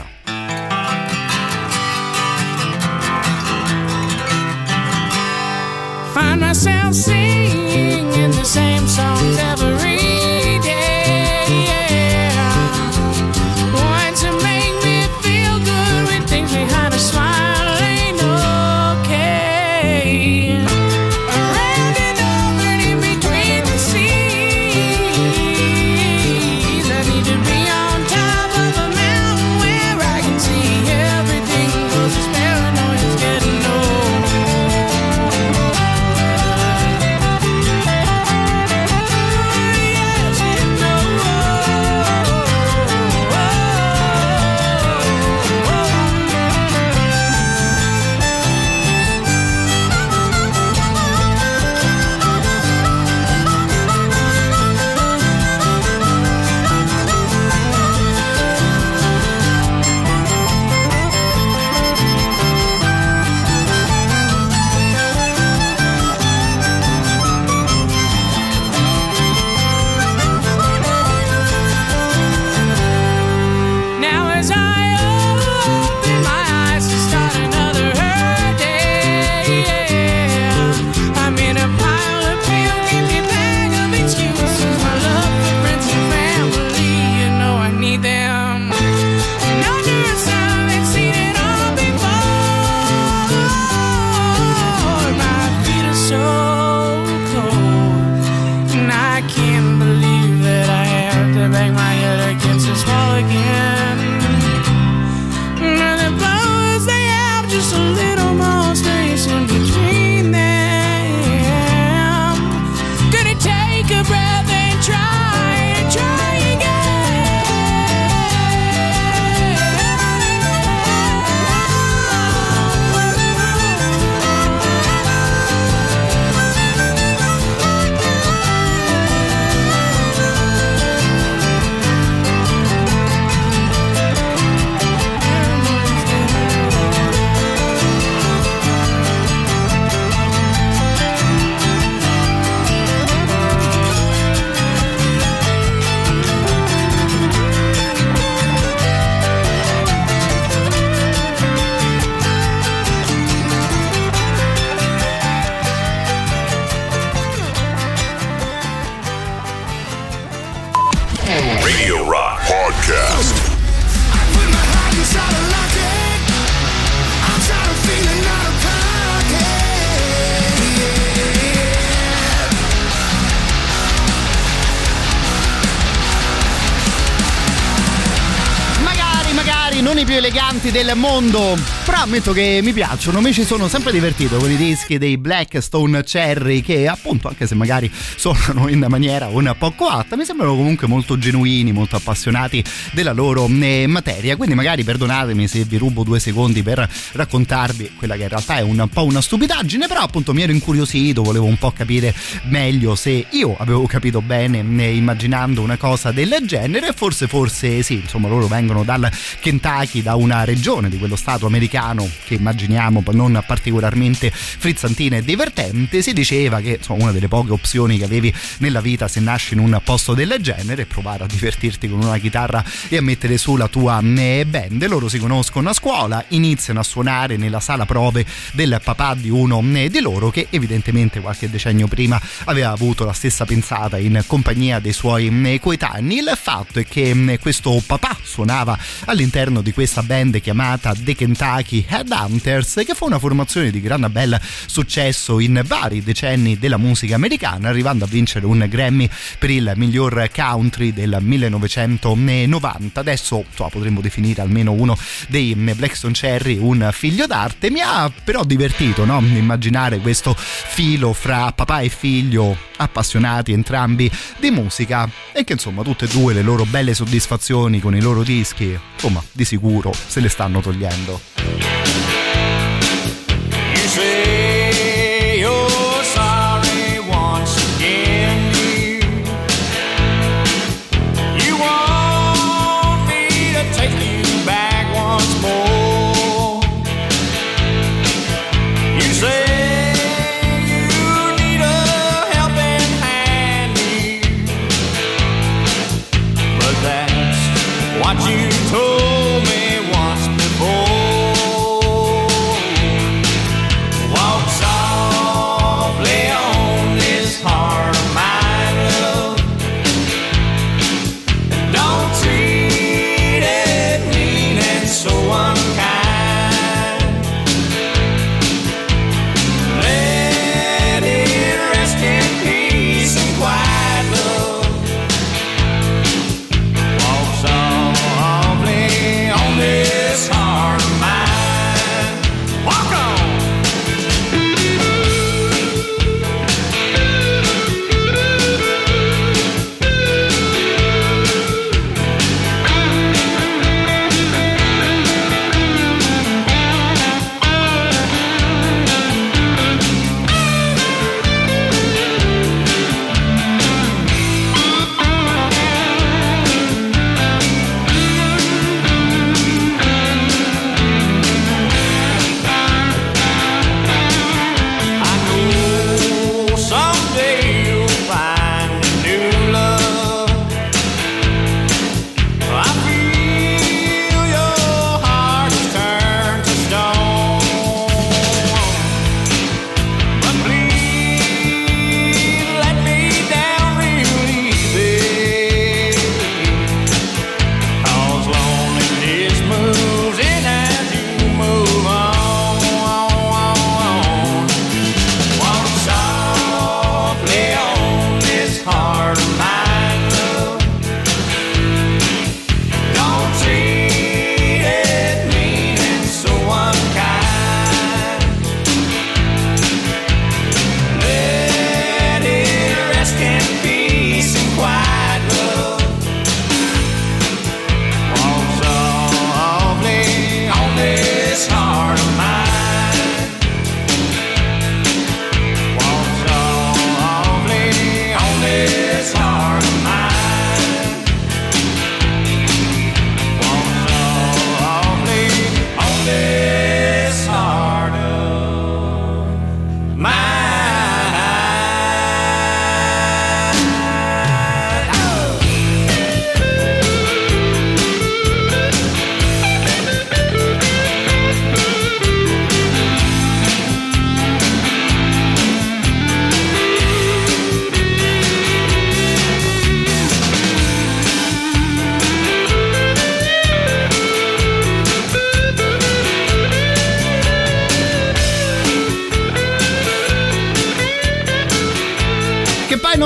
Find myself singing the same songs every day, yeah. Want to make me feel good when things behind a smile ain't okay. Around and over and in between the seas, I need to be on top of a mountain where I can see everything, 'cause this paranoia's getting old. Now as I open my eyes to start another day, yeah, I'm in a pile of pale, empty bag of excuses. My love for friends and family, you know I need them. No nurse, I've seen it all before. My feet are so cold, and I can't believe that I have to bang my head against this wall again. And the flowers, they have just a little more space in between them. Gonna take a breath and try again. Radio Rock Podcast. non i più eleganti del mondo, però ammetto che mi piacciono, mi ci sono sempre divertito con i dischi dei Black Stone Cherry, che appunto, anche se magari suonano in maniera un po' coatta, mi sembrano comunque molto genuini, molto appassionati della loro materia. Quindi magari perdonatemi se vi rubo 2 secondi per raccontarvi quella che in realtà è un po' una stupidaggine, però appunto mi ero incuriosito, volevo un po' capire meglio se io avevo capito bene immaginando una cosa del genere. Forse sì, insomma, loro vengono dal Kentucky, da una regione di quello stato americano che immaginiamo non particolarmente frizzantina e divertente. Si diceva che insomma una delle poche opzioni che avevi nella vita se nasci in un posto del genere è provare a divertirti con una chitarra e a mettere su la tua band. Loro si conoscono a scuola, iniziano a suonare nella sala prove del papà di uno di loro, che evidentemente qualche decennio prima aveva avuto la stessa pensata in compagnia dei suoi coetanei. Il fatto è che questo papà suonava all'interno di questa band chiamata The Kentucky Headhunters, che fu una formazione di gran bel successo in vari decenni della musica americana, arrivando a vincere un Grammy per il miglior country del 1990. Adesso potremmo definire almeno uno dei Black Stone Cherry un figlio d'arte. Mi ha però divertito, no? Immaginare questo filo fra papà e figlio, appassionati entrambi di musica, e che insomma tutte e due le loro belle soddisfazioni con i loro dischi, insomma, di sicuro se le stanno togliendo. You say you're sorry once again, you want me to take you back once more. You say you need a helping hand, but that's what you told me once before. Walk softly on this heart of mine, love. Don't treat it mean and so unkind. Let it rest in peace and quiet, love. Walk softly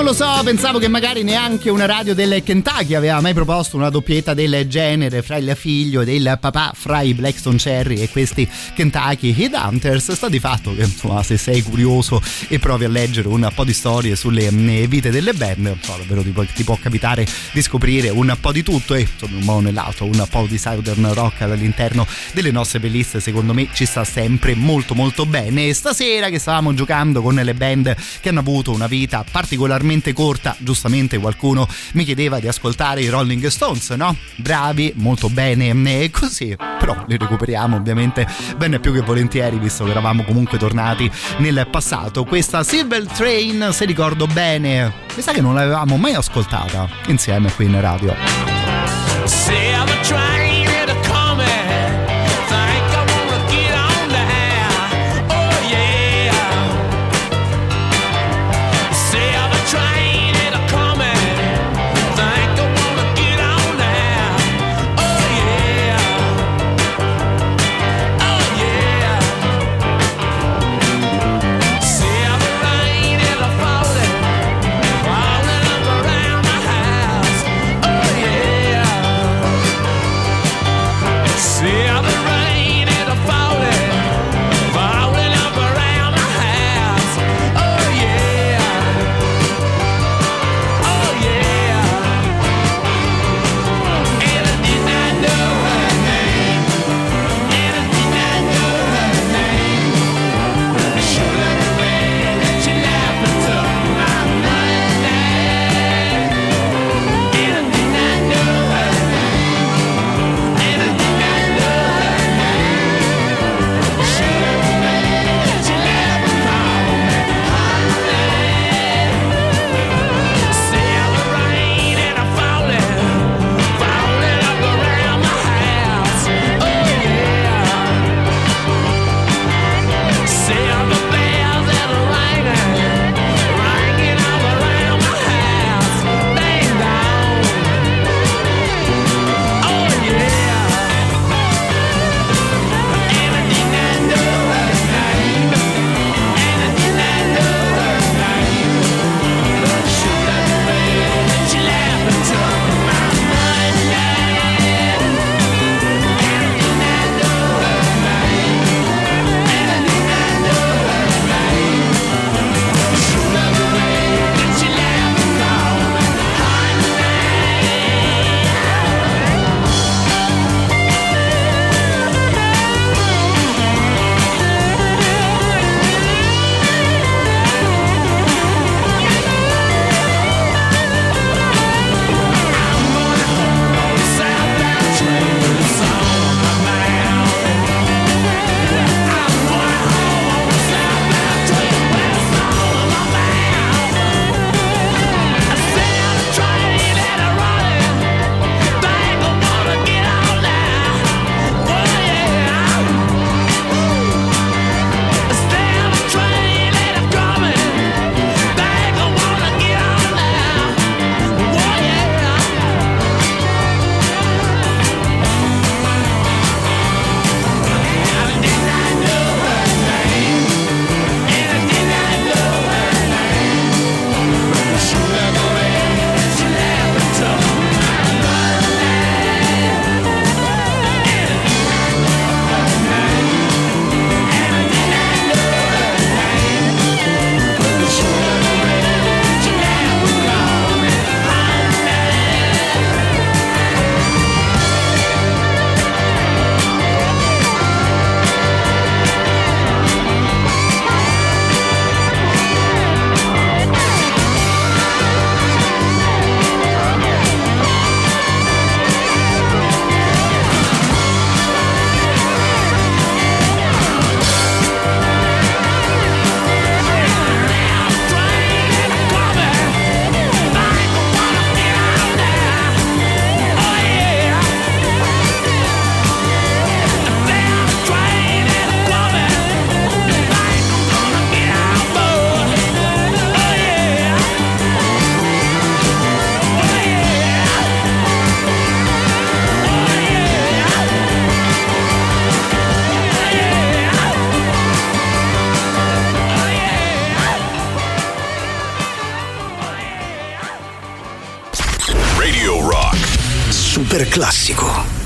lo so, pensavo che magari neanche una radio del Kentucky aveva mai proposto una doppietta del genere fra il figlio del papà, fra i Blackstone Cherry e questi Kentucky Headhunters. Sta di fatto che insomma, se sei curioso e provi a leggere un po' di storie sulle vite delle band, davvero ti può capitare di scoprire un po' di tutto, e insomma in un modo o nell'altro un po' di Southern Rock all'interno delle nostre playlist secondo me ci sta sempre molto molto bene. E stasera che stavamo giocando con le band che hanno avuto una vita particolarmente corta, giustamente qualcuno mi chiedeva di ascoltare i Rolling Stones, no? Bravi, molto bene e così, però li recuperiamo ovviamente bene più che volentieri, visto che eravamo comunque tornati nel passato. Questa Silver Train, se ricordo bene, mi sa che non l'avevamo mai ascoltata insieme qui in radio. Silver train is coming. Think I wanna get on there. Oh yeah. Silver train is coming. Think I wanna get on there. Oh yeah. Oh yeah. Silver rain is falling, falling up around my house. Oh yeah. super classico.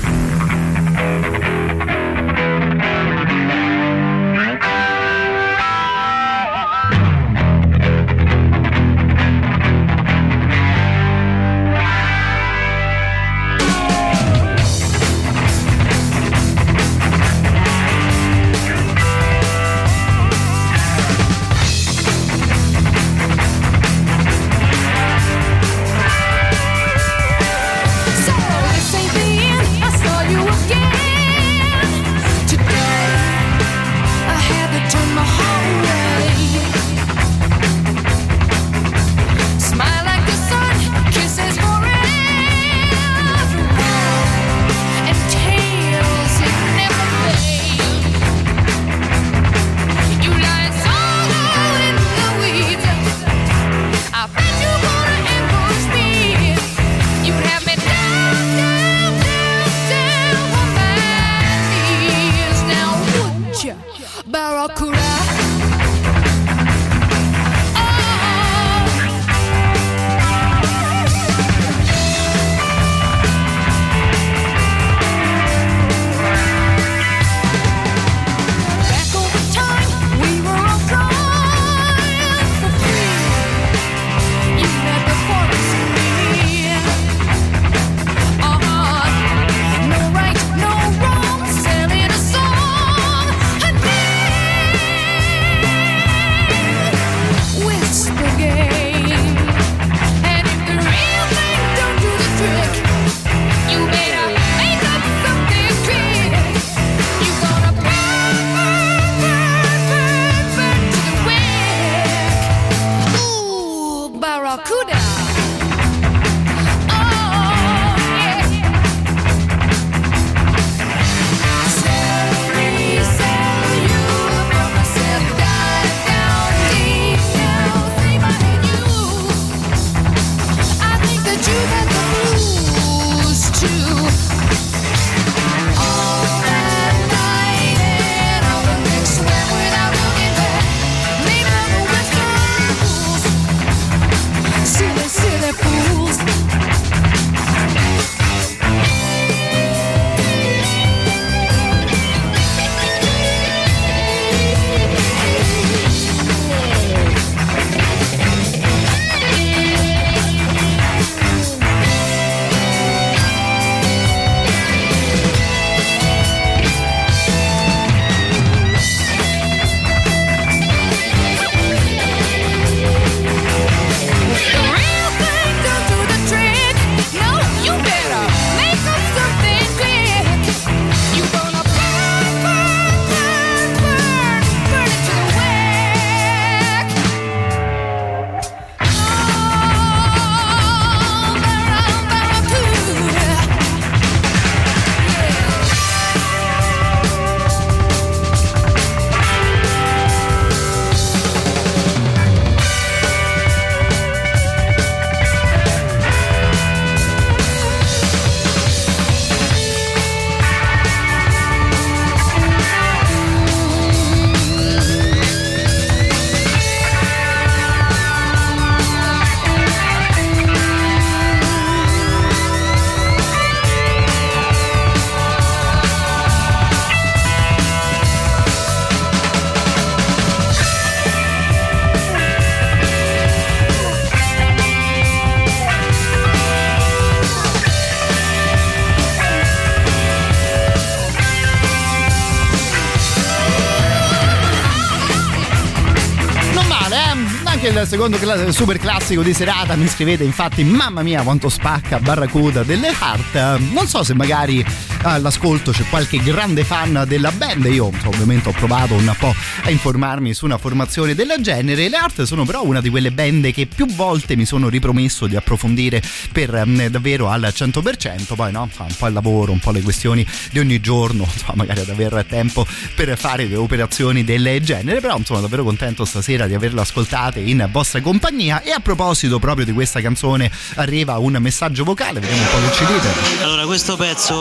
il secondo super classico di serata. Mi scrivete infatti: mamma mia quanto spacca Barracuda delle Heart. Non so se magari all'ascolto c'è qualche grande fan della band. Io ovviamente ho provato un po' a informarmi su una formazione del genere. Le Heart sono però una di quelle band che più volte mi sono ripromesso di approfondire per davvero al 100%. Poi no, un po' il lavoro, un po' le questioni di ogni giorno, insomma, magari ad aver tempo per fare le operazioni del genere. Però insomma davvero contento stasera di averla ascoltate in vostra compagnia. E a proposito proprio di questa canzone arriva un messaggio vocale, vediamo un po' che ci dite. Allora, questo pezzo sì,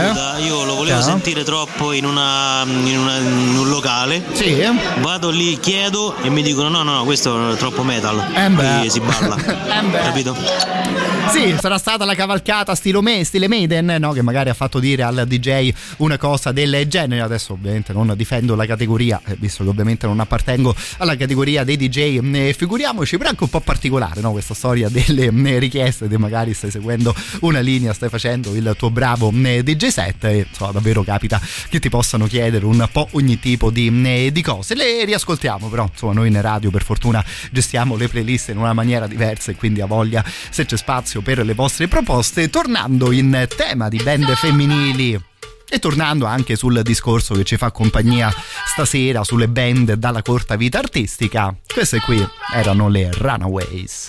battuta. Io lo volevo sentire troppo in un locale. Sì. Vado lì, chiedo e mi dicono no, questo è troppo metal. Qui si balla. Capito? Sì, sarà stata la cavalcata stile Maiden, no? Che magari ha fatto dire al DJ una cosa del genere. Adesso ovviamente non difendo la categoria, visto che ovviamente non appartengo alla categoria dei DJ, figuriamoci, però è anche un po' particolare, no? Questa storia delle richieste, di magari stai seguendo una linea, stai facendo il tuo bravo DJ set e insomma davvero capita che ti possano chiedere un po' ogni tipo di cose. Le riascoltiamo, però insomma noi in radio per fortuna gestiamo le playlist in una maniera diversa e quindi ha voglia se c'è spazio per le vostre proposte. Tornando in tema di band femminili e tornando anche sul discorso che ci fa compagnia stasera sulle band dalla corta vita artistica, queste qui erano le Runaways.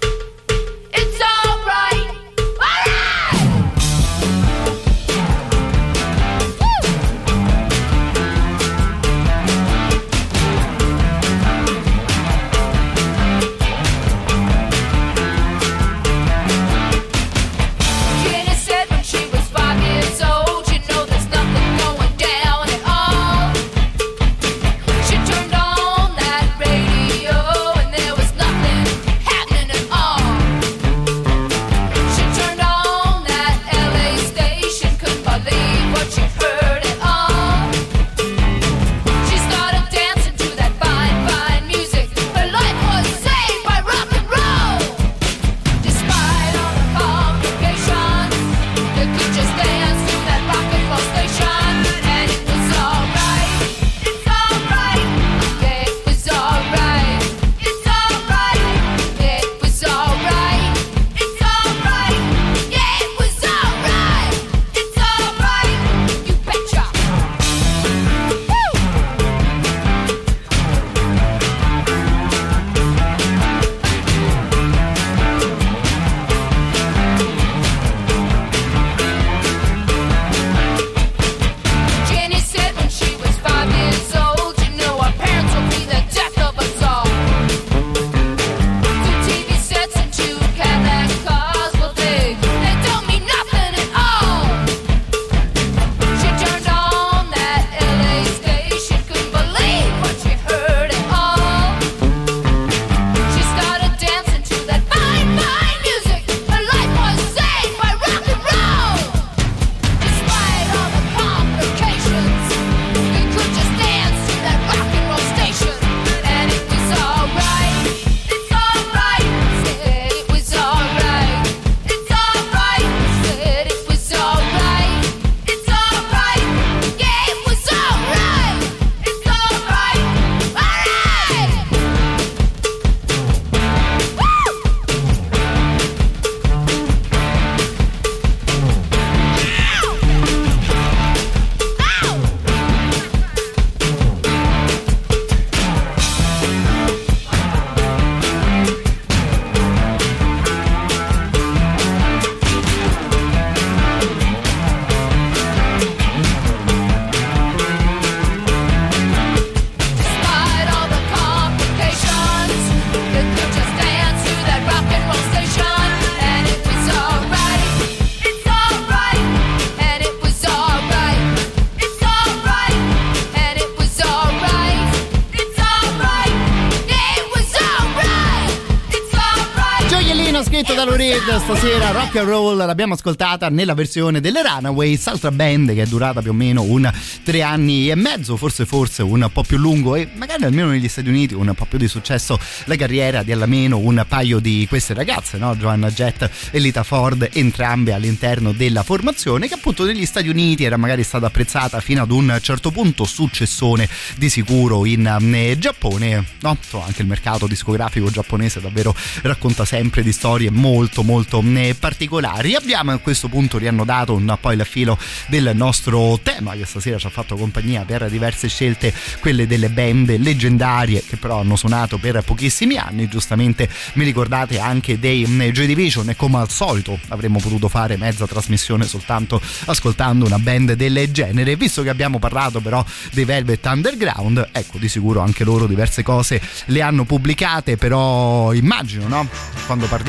Stasera Rock and Roll l'abbiamo ascoltata nella versione delle Runaways, altra band che è durata più o meno 3 anni e mezzo, forse un po' più lungo, e magari almeno negli Stati Uniti un po' più di successo la carriera di almeno un paio di queste ragazze, no? Joanna Jett e Lita Ford, entrambe all'interno della formazione, che appunto negli Stati Uniti era magari stata apprezzata fino ad un certo punto, successone di sicuro in Giappone, no? Anche il mercato discografico giapponese davvero racconta sempre di storie molto particolari. Abbiamo a questo punto riannodato un po' il filo del nostro tema, che stasera ci ha fatto compagnia per diverse scelte, quelle delle band leggendarie che però hanno suonato per pochissimi anni. Giustamente mi ricordate anche dei Joy Division, e come al solito avremmo potuto fare mezza trasmissione soltanto ascoltando una band del genere. Visto che abbiamo parlato però dei Velvet Underground, ecco, di sicuro anche loro diverse cose le hanno pubblicate, però immagino, no? Quando parliamo di una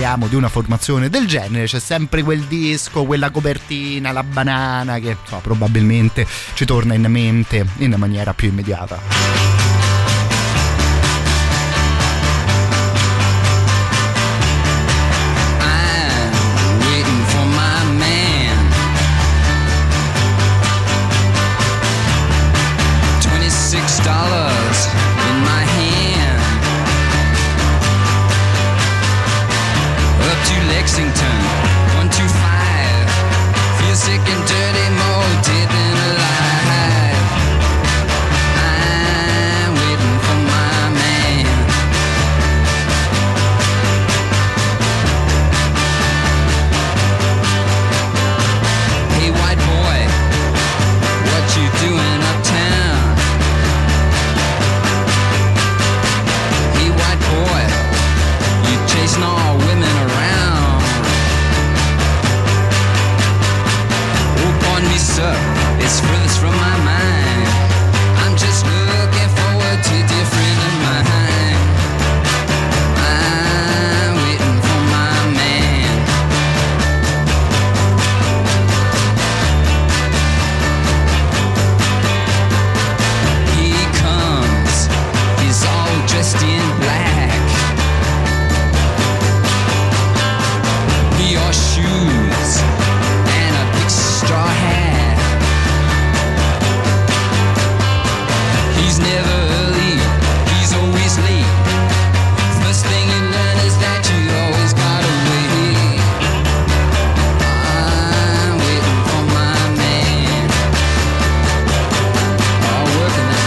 formazione del genere c'è sempre quel disco, quella copertina, la banana che probabilmente ci torna in mente in maniera più immediata. In my hand, up to Lexington, 125. Feel sick and dirty, more dead than alive. I'm waiting for my man. Hey, white boy, what you doing uptown? Boy, you chasing all women around. Oh, pardon me, sir, it's furthest from my mind. I'm just looking forward to a dear friend of mine. I'm waiting for my man. He comes, he's all dressed in black. Your shoes and a big straw hat. He's never early, he's always late. First thing you learn is that you always gotta wait. I'm waiting for my man. All working now.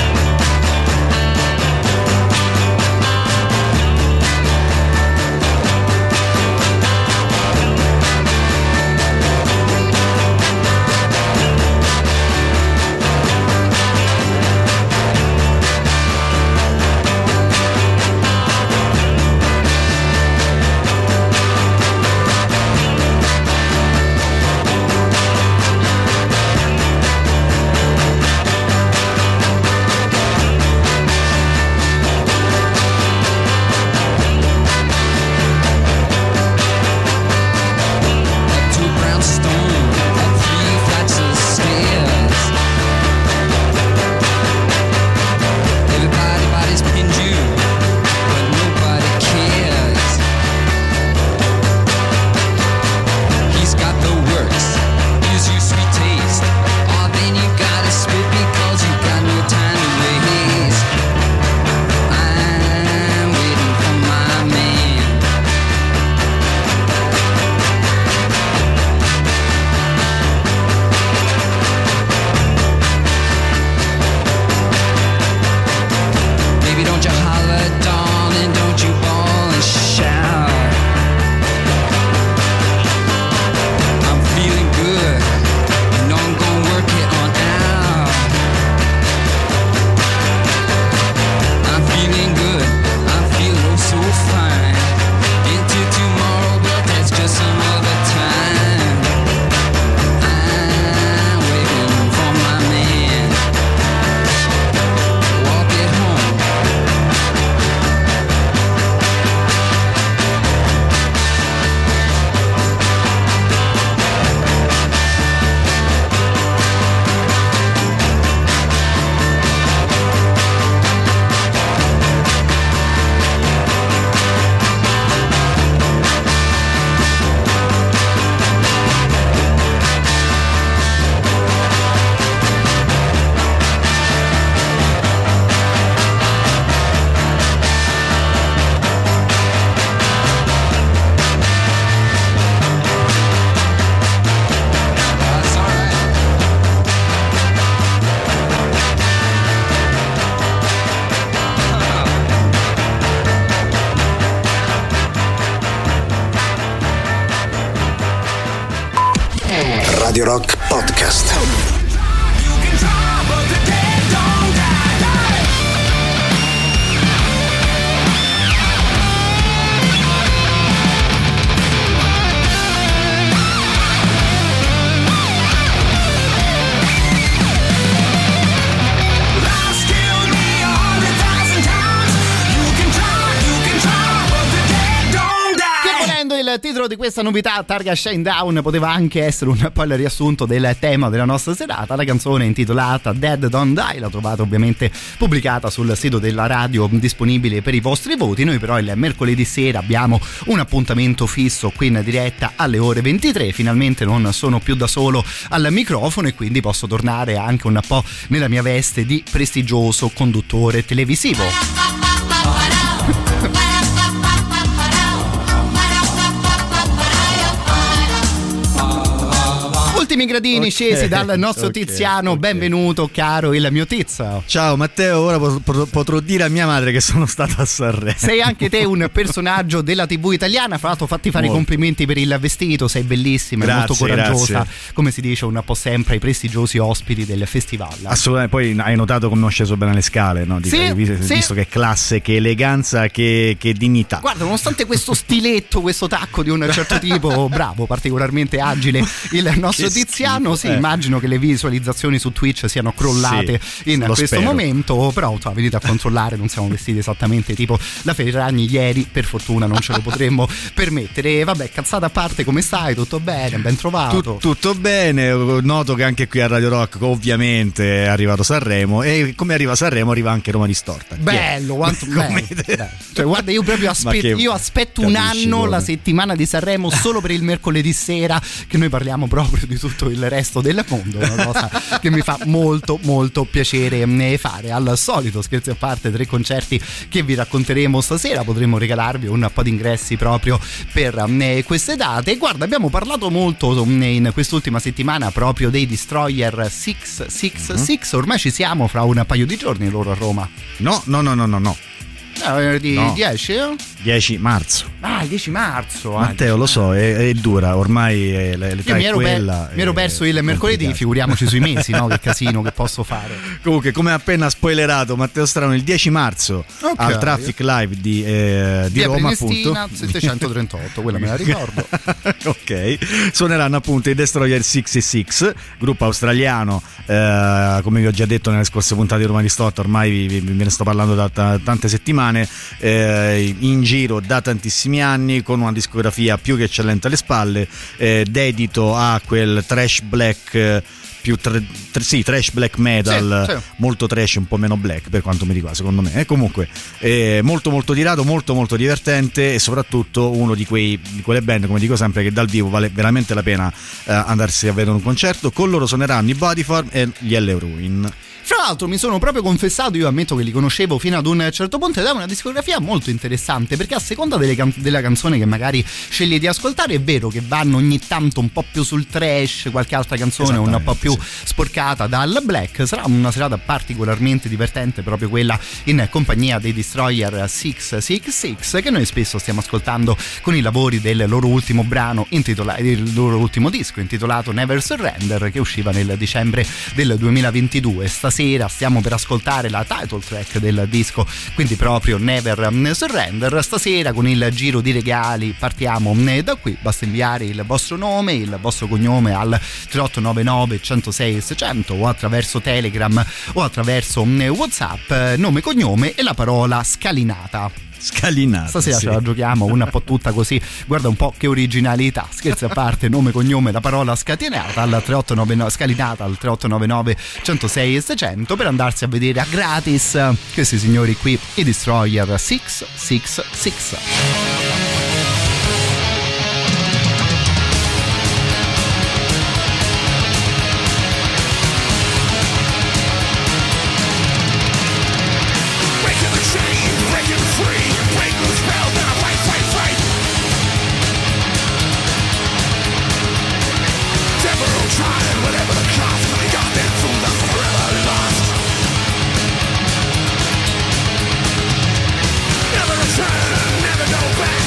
Radio Rock Podcast. Il titolo di questa novità, Targa Shinedown, poteva anche essere un po' il riassunto del tema della nostra serata. La canzone è intitolata Dead Don't Die, la trovate ovviamente pubblicata sul sito della radio, disponibile per i vostri voti. Noi però il mercoledì sera abbiamo un appuntamento fisso qui in diretta alle ore 23. Finalmente non sono più da solo al microfono e quindi posso tornare anche un po' nella mia veste di prestigioso conduttore televisivo. Ultimi gradini scesi dal nostro Tiziano. Benvenuto caro il mio Tizio. Ciao Matteo, ora potrò dire a mia madre che sono stato a Sanremo. Sei anche te un personaggio della TV italiana. Fra l'altro fatti fare i complimenti per il vestito, sei bellissima, grazie, molto coraggiosa, grazie. come si dice un po' sempre ai prestigiosi ospiti del festival. Assolutamente. Poi hai notato come ho sceso bene le scale, no? Sì, visto che classe, che eleganza, che dignità. Guarda, nonostante questo stiletto, questo tacco di un certo tipo, bravo, particolarmente agile il nostro Tiziano, sì, immagino che le visualizzazioni su Twitch siano crollate in questo momento, però venite a controllare, non siamo vestiti esattamente tipo la Ferragni ieri, per fortuna non ce lo potremmo permettere. Vabbè, cazzata a parte, come stai? Tutto bene? Ben trovato? Tutto bene, noto che anche qui a Radio Rock ovviamente è arrivato Sanremo, e come arriva Sanremo arriva anche Roma Distorta. Bello, quanto bello. Cioè, guarda, io proprio aspetto un anno la settimana di Sanremo solo per il mercoledì sera, che noi parliamo proprio di tutto il resto del mondo, una cosa che mi fa molto molto piacere fare. Al solito, scherzi a parte, 3 concerti che vi racconteremo stasera, potremo regalarvi un po' di ingressi proprio per queste date. Guarda, abbiamo parlato molto in quest'ultima settimana proprio dei Destroyer 666, ormai ci siamo, fra un paio di giorni loro a Roma. No. Venerdì 10? 10 marzo. Ah, il 10 marzo. Matteo, lo so, è dura, ormai l'età è quella. Mi ero perso il mercoledì, figuriamoci sui mesi, no? Che casino che posso fare. Comunque, come appena spoilerato Matteo Strano, il 10 marzo al Traffic Live di Roma, appunto 738, quella me la ricordo. Ok, suoneranno appunto i Destroyer 666, gruppo australiano, come vi ho già detto nelle scorse puntate di Roma Distorta, ormai ve ne sto parlando da tante settimane, in giro da tantissimi anni, con una discografia più che eccellente alle spalle, dedito a quel trash black trash black metal, sì. Molto trash, un po' meno black per quanto mi riguarda, secondo me. Comunque molto molto tirato, molto molto divertente, e soprattutto uno di quelle band, come dico sempre, che dal vivo vale veramente la pena andarsi a vedere un concerto. Con loro suoneranno i Bodyform e gli Hell Ruin. Fra l'altro mi sono proprio confessato, io ammetto che li conoscevo fino ad un certo punto, ed è una discografia molto interessante, perché a seconda della canzone che magari scegli di ascoltare, è vero che vanno ogni tanto un po' più sul trash, qualche altra canzone un po' più sporcata dal black. Sarà una serata particolarmente divertente, proprio quella in compagnia dei Destroyer 666, che noi spesso stiamo ascoltando con i lavori del loro ultimo brano il loro ultimo disco intitolato Never Surrender, che usciva nel dicembre del 2022. Stasera stiamo per ascoltare la title track del disco, quindi proprio Never Surrender. Stasera con il giro di regali partiamo da qui. Basta inviare il vostro nome, il vostro cognome al 3899 106 600 o attraverso Telegram o attraverso WhatsApp, nome, cognome e la parola scalinata. Stasera ce la giochiamo un po' tutta così, guarda un po' che originalità, scherzi a parte, nome, cognome, la parola scatenata al 3899, scalinata al 3899 106 600, per andarsi a vedere a gratis questi signori qui, i Destroyer 666. Never return, never go back.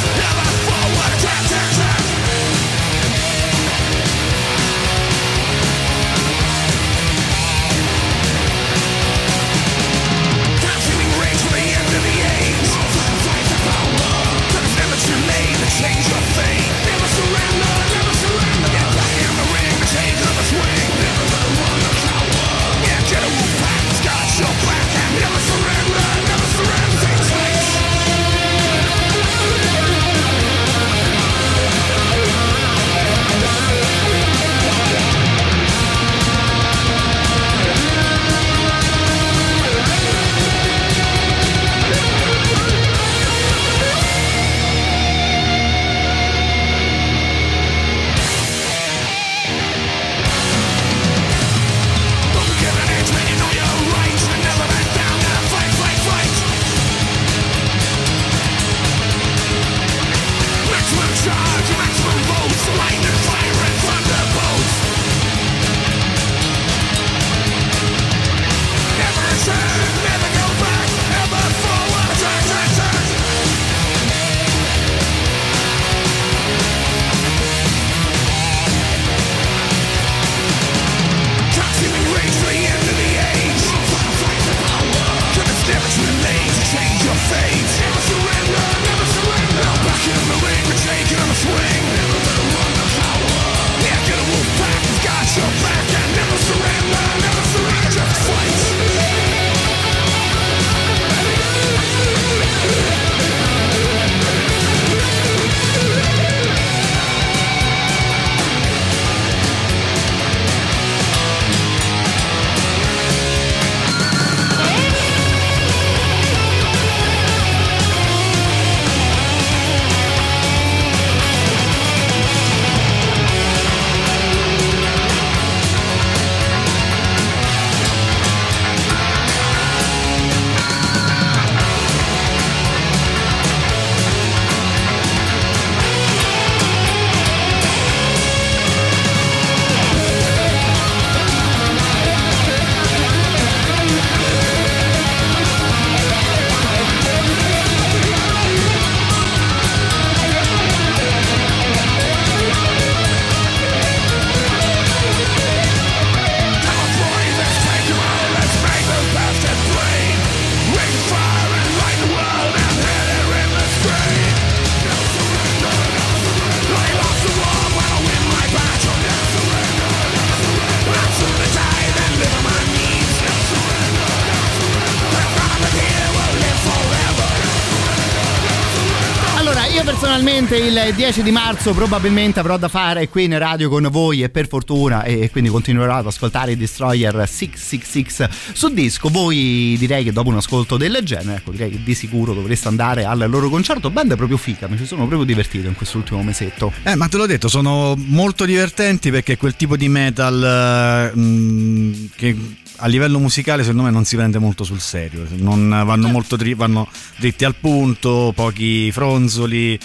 personalmente il 10 di marzo probabilmente avrò da fare qui in radio con voi e per fortuna, e quindi continuerò ad ascoltare i Destroyer 666 su disco. Voi direi che dopo un ascolto del genere, ecco, direi che di sicuro dovreste andare al loro concerto. Band proprio fica, mi ci sono proprio divertito in quest'ultimo mesetto. Ma te l'ho detto, sono molto divertenti perché è quel tipo di metal che a livello musicale secondo me non si prende molto sul serio, non vanno molto vanno dritti al punto, pochi fronzoli,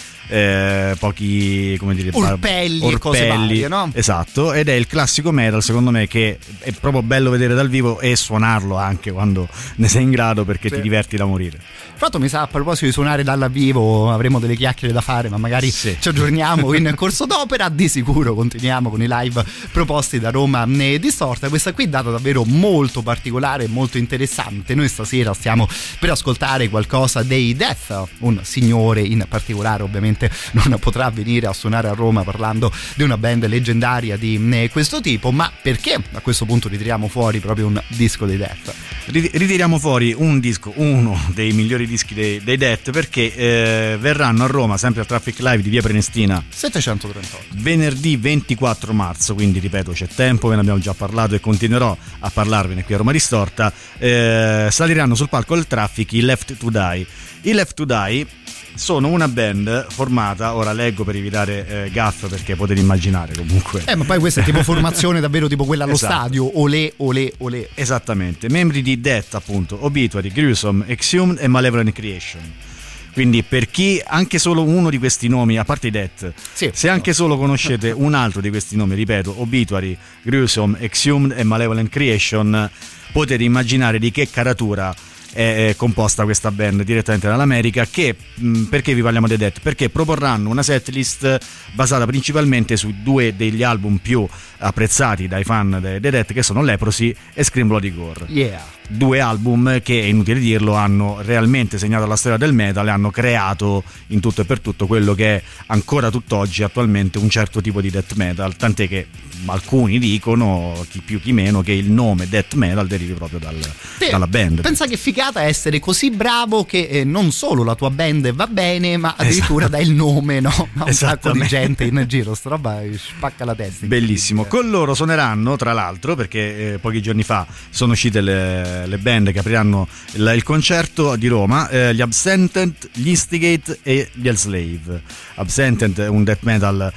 pochi, come dire, orpelli e cose varie, no? Esatto, ed è il classico metal secondo me che è proprio bello vedere dal vivo e suonarlo anche quando ne sei in grado, perché ti diverti da morire. Infatti mi sa, a proposito di suonare dal vivo, avremo delle chiacchiere da fare, ma magari ci aggiorniamo in corso d'opera. Di sicuro continuiamo con i live proposti da Roma Distorta. Questa qui è data davvero molto particolare, molto interessante. Noi stasera stiamo per ascoltare qualcosa dei Death, un signore in particolare ovviamente non potrà venire a suonare a Roma parlando di una band leggendaria di questo tipo, ma perché a questo punto ritiriamo fuori proprio un disco dei Death? Ritiriamo fuori un disco, uno dei migliori dischi dei Death, perché verranno a Roma sempre al Traffic Live di via Prenestina 738 venerdì 24 marzo, quindi ripeto c'è tempo, ve ne abbiamo già parlato e continuerò a parlarvene qui a Roma Distorta. Saliranno sul palco del Traffic i Left to Die. I Left to Die sono una band formata, ora leggo per evitare gaff perché potete immaginare comunque. Ma poi questa è tipo formazione davvero tipo quella allo esatto. stadio, olè, olè, olè. Esattamente, membri di Death appunto, Obituary, Gruesome, Exhumed e Malevolent Creation. Quindi per chi anche solo uno di questi nomi, a parte i Death, se anche solo conoscete un altro di questi nomi, ripeto, Obituary, Gruesome, Exhumed e Malevolent Creation, potete immaginare di che caratura è composta questa band direttamente dall'America. Perché vi parliamo dei Death? Perché proporranno una setlist basata principalmente su due degli album più apprezzati dai fan dei Death, che sono Leprosy e Scream Bloody Gore. Due album che, è inutile dirlo, hanno realmente segnato la storia del metal e hanno creato in tutto e per tutto quello che è ancora tutt'oggi attualmente un certo tipo di death metal, tant'è che alcuni dicono, chi più chi meno, che il nome death metal derivi proprio dalla band. Pensa che figata essere così bravo che non solo la tua band va bene, ma addirittura dai il nome, no? A un sacco di gente in giro, sta roba spacca la testa. Bellissimo. Con loro suoneranno, tra l'altro, perché pochi giorni fa sono uscite le band che apriranno il concerto di Roma, gli Absentient, gli Instigate e gli Hellslave. Absentient è un death metal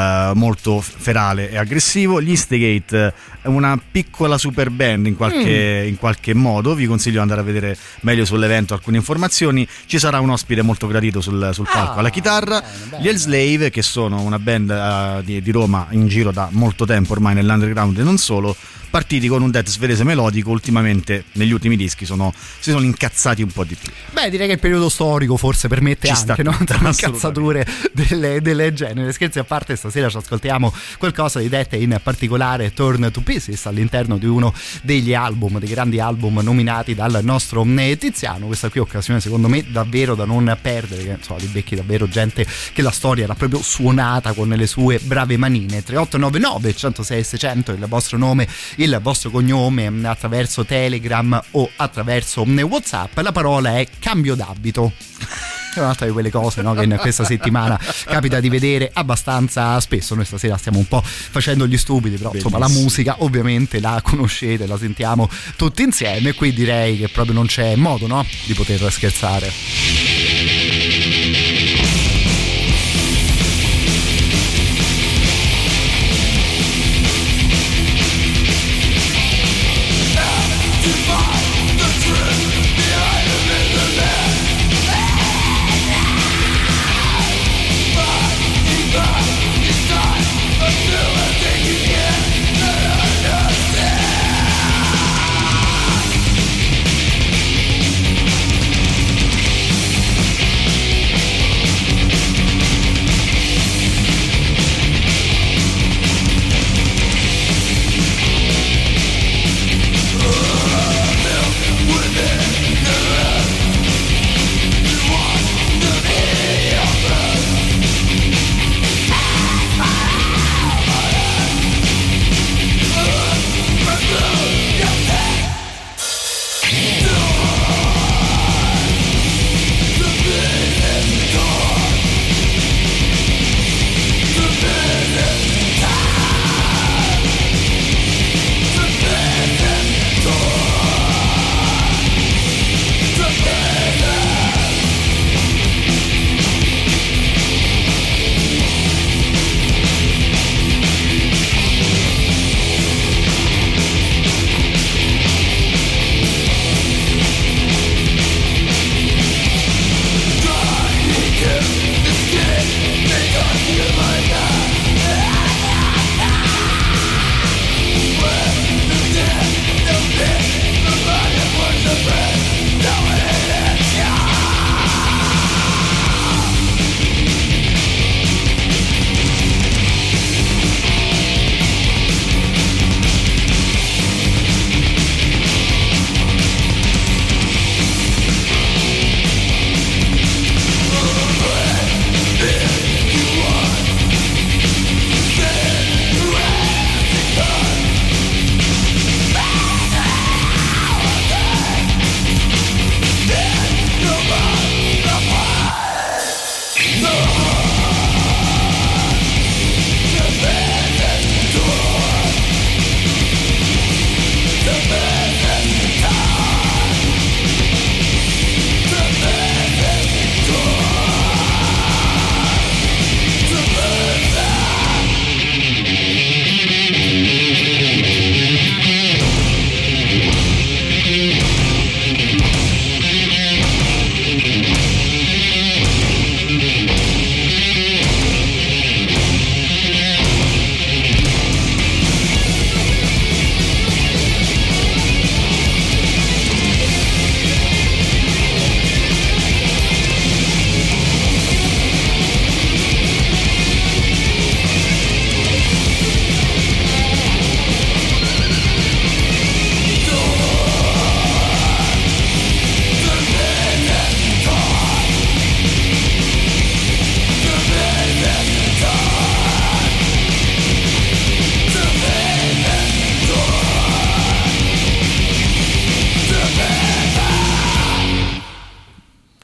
molto ferale e aggressivo, gli Instigate è una piccola super band in qualche modo. Vi consiglio di andare a vedere meglio sull'evento alcune informazioni. Ci sarà un ospite molto gradito sul palco alla chitarra. Gli Hellslave, che sono una band di Roma in giro da molto tempo ormai nell'underground e non solo, partiti con un death svedese melodico, ultimamente negli ultimi dischi si sono incazzati un po' di più. Beh, direi che il periodo storico forse permette anche, no? Tra incazzature del genere. Scherzi a parte, stasera ci ascoltiamo qualcosa di Death, in particolare Torn to Pieces, all'interno di uno degli album, dei grandi album nominati dal nostro Tiziano. Questa qui è occasione secondo me davvero da non perdere, che insomma li becchi davvero gente che la storia era proprio suonata con le sue brave manine. 3899 106 600 il vostro nome, il vostro cognome, attraverso Telegram o attraverso WhatsApp. La parola è cambio d'abito. È un'altra di quelle cose, no, che in questa settimana capita di vedere abbastanza spesso. Noi stasera stiamo un po' facendo gli stupidi, però insomma la musica ovviamente la conoscete, la sentiamo tutti insieme, e qui direi che proprio non c'è modo, no, di poter scherzare.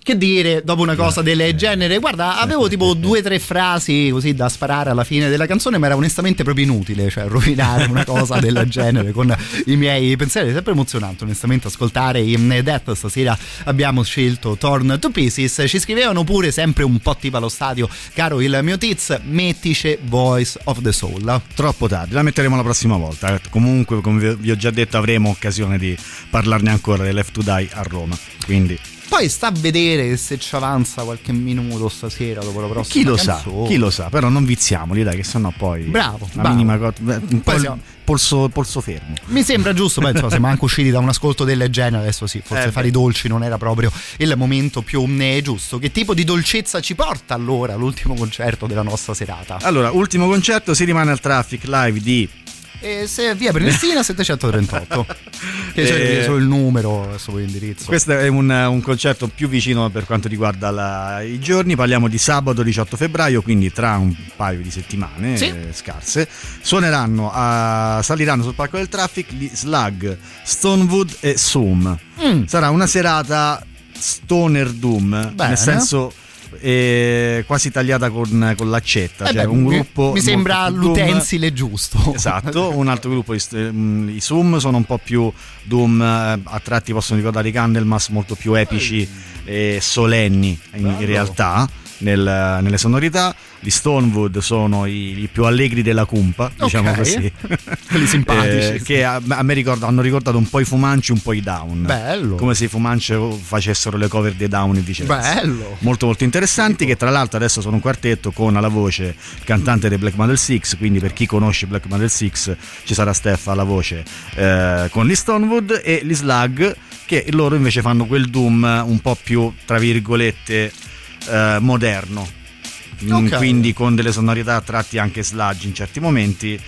che dire dopo una cosa del genere? Guarda, avevo tipo 2 o 3 frasi così da sparare alla fine della canzone, ma era onestamente proprio inutile, cioè rovinare una cosa del genere con i miei pensieri. È sempre emozionante onestamente ascoltare i Death. Stasera abbiamo scelto Torn to Pieces. Ci scrivevano pure sempre un po' tipo allo stadio: caro il mio Tiz, mettici Voice of the Soul. Troppo tardi, la metteremo la prossima volta. Comunque, come vi ho già detto, avremo occasione di parlarne ancora del Left to Die a Roma, quindi poi sta a vedere se ci avanza qualche minuto stasera dopo la prossima canzone. Chi lo sa, però non viziamoli, dai, che sennò poi bravo. Minima un po' polso fermo. Mi sembra giusto, beh, insomma, siamo anche usciti da un ascolto del genere, adesso sì, forse fare i dolci non era proprio il momento più giusto. Che tipo di dolcezza ci porta allora l'ultimo concerto della nostra serata? Allora, ultimo concerto, si rimane al Traffic Live di via Prenestina 738 che c'è solo il numero, adesso poi l'indirizzo. Questo è un concerto più vicino per quanto riguarda i giorni. Parliamo di sabato 18 febbraio, quindi tra un paio di settimane scarse. Saliranno sul palco del Traffic gli Slug, Stonewood e Zoom. Sarà una serata stoner doom. Bene. Nel senso quasi tagliata con l'accetta, cioè un gruppo mi sembra l'utensile giusto. Esatto. Un altro gruppo, i Zoom, sono un po' più doom, a tratti possono ricordare i Candlemass, molto più epici e solenni in realtà nelle sonorità. Gli Stonewood sono i più allegri della cumpa, diciamo così, quelli simpatici, che a me hanno ricordato un po' i Fumanci, un po' i Down. Bello. Come se i Fumanci facessero le cover dei Down e viceversa. Bello. Molto molto interessanti, che tra l'altro adesso sono un quartetto con alla voce il cantante dei Black Metal Six, quindi per chi conosce Black Metal Six ci sarà Steph alla voce con gli Stonewood, e gli Slug, che loro invece fanno quel doom un po' più, tra virgolette, moderno. Quindi con delle sonorità a tratti anche sludge in certi momenti,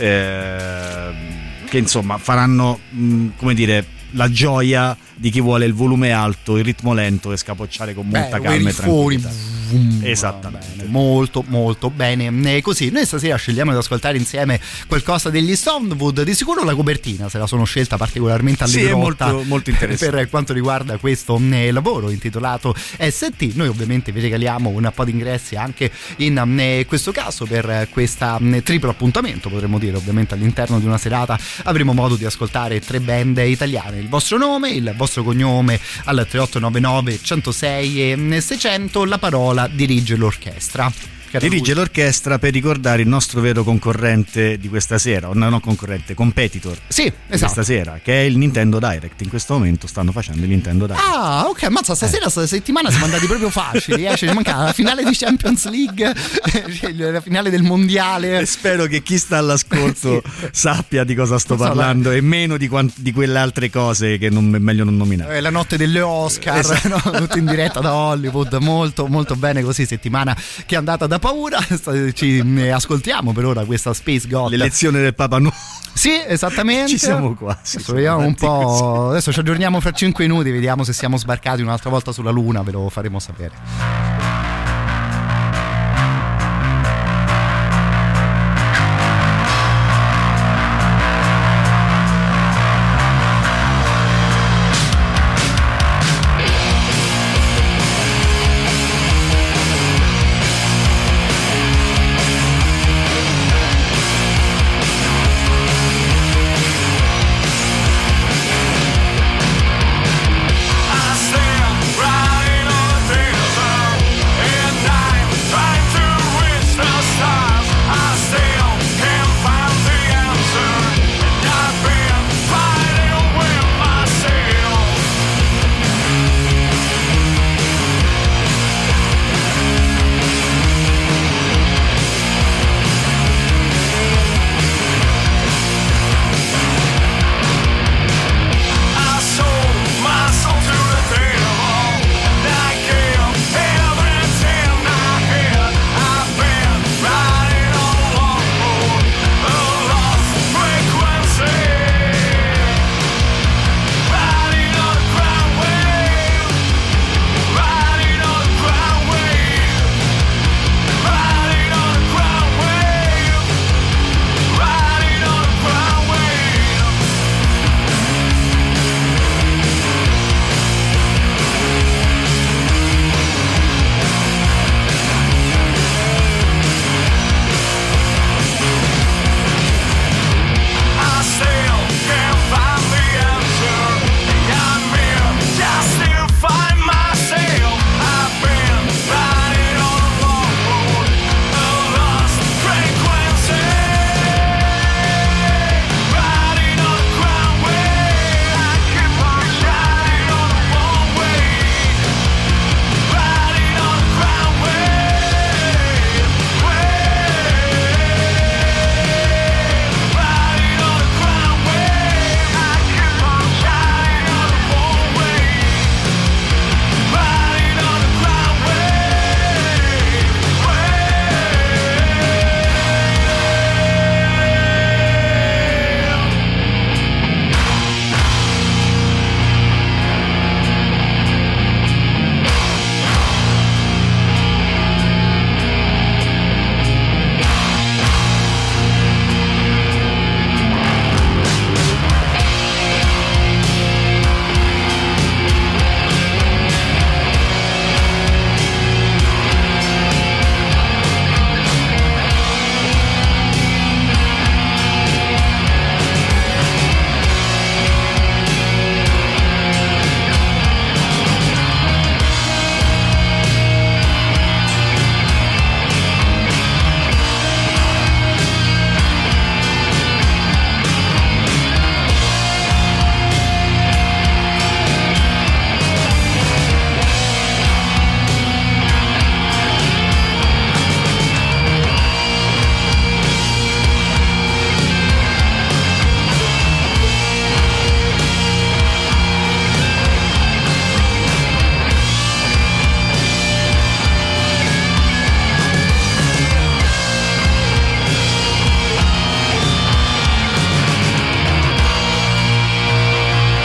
che insomma faranno come dire la gioia di chi vuole il volume alto, il ritmo lento e scapocciare con molta calma e tranquillità. Esattamente. Bene, molto molto bene così. Noi stasera scegliamo di ascoltare insieme qualcosa degli Stonewood. Di sicuro la copertina se la sono scelta particolarmente allegrotta, è molto, molto interessante per quanto riguarda questo lavoro intitolato ST. Noi ovviamente vi regaliamo un po' di ingressi anche in questo caso per questa triplo appuntamento, potremmo dire. Ovviamente all'interno di una serata avremo modo di ascoltare 3 band italiane. Il vostro nome, il vostro cognome al 3899 106 e 600, la parola dirige l'orchestra. Dirige l'orchestra per ricordare il nostro vero concorrente di questa sera, o non concorrente, competitor. Sì, esatto. Questa sera, che è il Nintendo Direct. In questo momento stanno facendo il Nintendo Direct. Ah, ok, ammazza, stasera, settimana siamo andati proprio facili, ci manca la finale di Champions League, la finale del mondiale. E spero che chi sta all'ascolto sappia di cosa sto parlando e meno di quelle altre cose che è meglio non nominare. La notte delle Oscar, esatto. No? Tutto in diretta da Hollywood, molto molto bene così, settimana che è andata da paura. Ci ascoltiamo per ora questa Space God, l'elezione del Papa Nuovo. Sì, esattamente. Ci siamo quasi. Vediamo un po'. Così. Adesso ci aggiorniamo fra 5 minuti, vediamo se siamo sbarcati un'altra volta sulla Luna, ve lo faremo sapere. I stand right on the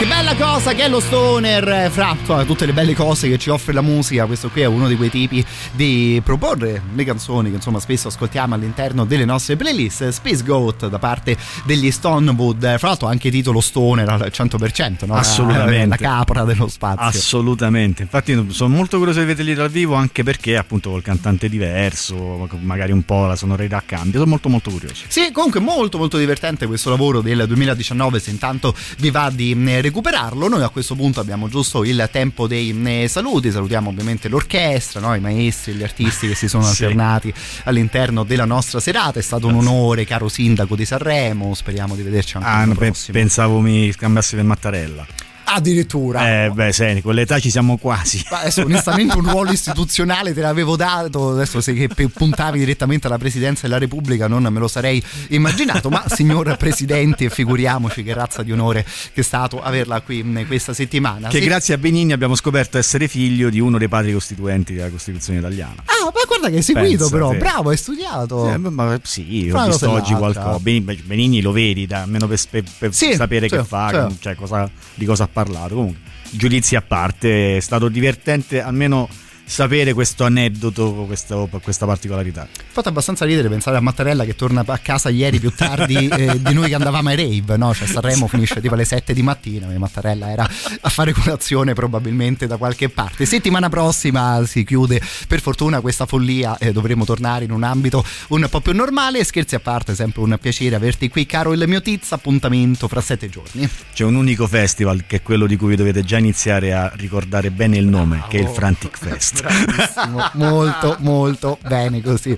bella cosa che è lo stoner, fra tutte le belle cose che ci offre la musica, questo qui è uno di quei tipi di proporre le canzoni che insomma spesso ascoltiamo all'interno delle nostre playlist. Space Goat da parte degli Stonewood, fra l'altro anche titolo stoner al 100%, no? Assolutamente, la capra dello spazio. Assolutamente, infatti sono molto curioso di vederli dal vivo, anche perché appunto col cantante diverso, magari un po' la sonorità cambia, sono molto molto curioso. Sì, comunque molto molto divertente questo lavoro del 2019, se intanto vi va di recuperarlo. Noi a questo punto abbiamo giusto il tempo dei saluti, salutiamo ovviamente l'orchestra, no? I maestri, gli artisti che si sono alternati all'interno della nostra serata. È stato un onore, caro sindaco di Sanremo, speriamo di vederci anche l'anno prossimo. Pensavo mi scambiassi per Mattarella. Addirittura. Beh, senti, con l'età ci siamo quasi. Ma adesso onestamente un ruolo istituzionale te l'avevo dato, adesso se che puntavi direttamente alla presidenza della Repubblica non me lo sarei immaginato, ma signor Presidente, figuriamoci che razza di onore che è stato averla qui questa settimana. Che grazie a Benigni abbiamo scoperto essere figlio di uno dei padri costituenti della Costituzione italiana. Ah, ma guarda che hai seguito. Però, bravo, hai studiato. Sì, ho visto oggi qualcosa. Benigni lo vedi, almeno per sapere che fa, cioè di cosa ha parlato. Comunque, giudizi a parte, è stato divertente almeno sapere questo aneddoto, questa particolarità. Ha fatto abbastanza ridere pensare a Mattarella che torna a casa ieri più tardi di noi che andavamo ai rave, no? Cioè Sanremo finisce tipo alle 7 di mattina e Mattarella era a fare colazione probabilmente da qualche parte. Settimana prossima si chiude per fortuna questa follia e dovremo tornare in un ambito un po' più normale. Scherzi a parte, sempre un piacere averti qui, caro il mio Tiz. Appuntamento fra 7 giorni. C'è un unico festival che è quello di cui dovete già iniziare a ricordare bene il nome, che è il Frantic Fest. Bravissimo, molto molto bene così.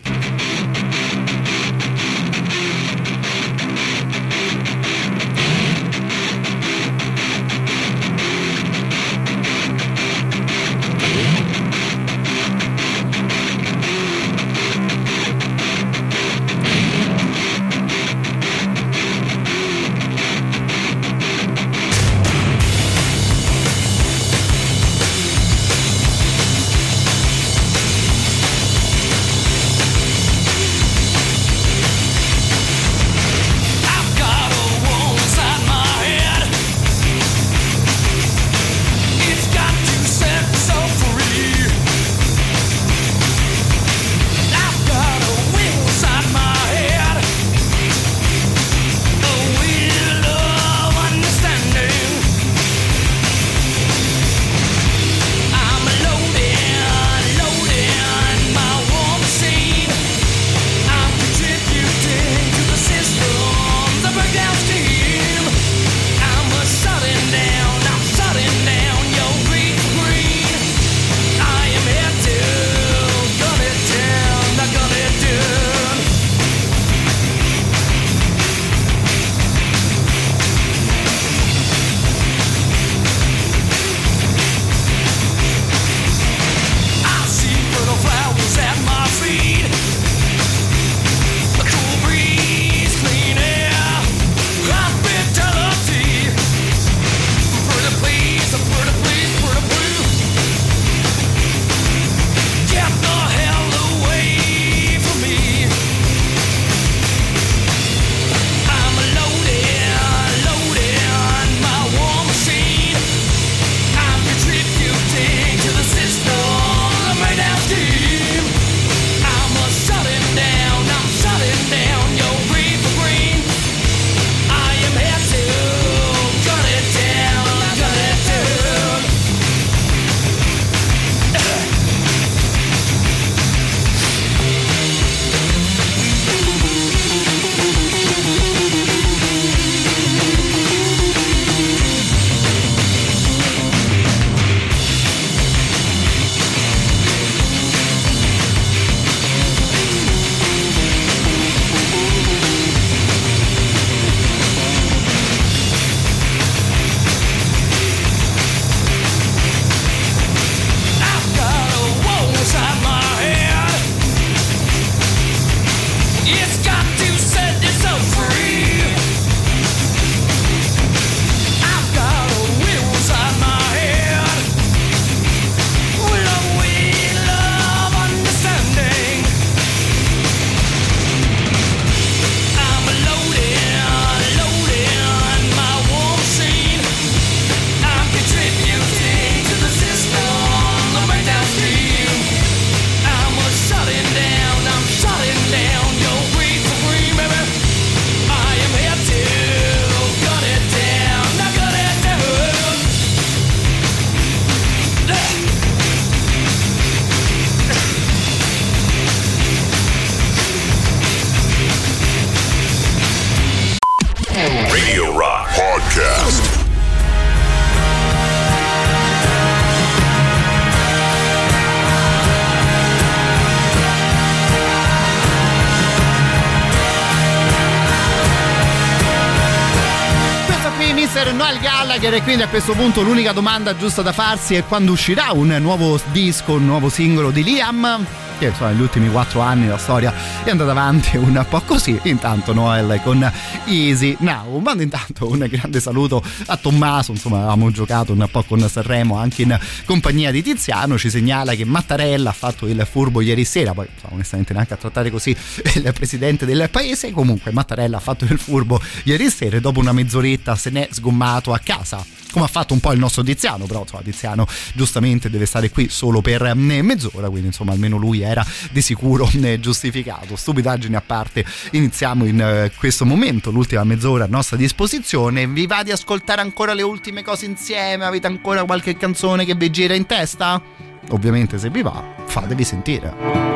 Mr. Noel Gallagher, e quindi a questo punto l'unica domanda giusta da farsi è quando uscirà un nuovo disco, un nuovo singolo di Liam, che insomma negli ultimi 4 anni la storia è andata avanti un po' così. Intanto Noel con Easy Now. Mando intanto un grande saluto a Tommaso, insomma avevamo giocato un po' con Sanremo anche in compagnia di Tiziano. Ci segnala che Mattarella ha fatto il furbo ieri sera, poi onestamente neanche a trattare così il presidente del paese. Comunque Mattarella ha fatto il furbo ieri sera e dopo una mezz'oretta se n'è sgommato a casa, come ha fatto un po' il nostro Tiziano, però insomma Tiziano giustamente deve stare qui solo per mezz'ora, quindi insomma almeno lui era di sicuro giustificato. Stupidaggini a parte, iniziamo in questo momento l'ultima mezz'ora a nostra disposizione. Vi va di ascoltare ancora le ultime cose insieme? Avete ancora qualche canzone che vi gira in testa? Ovviamente se vi va, fatevi sentire.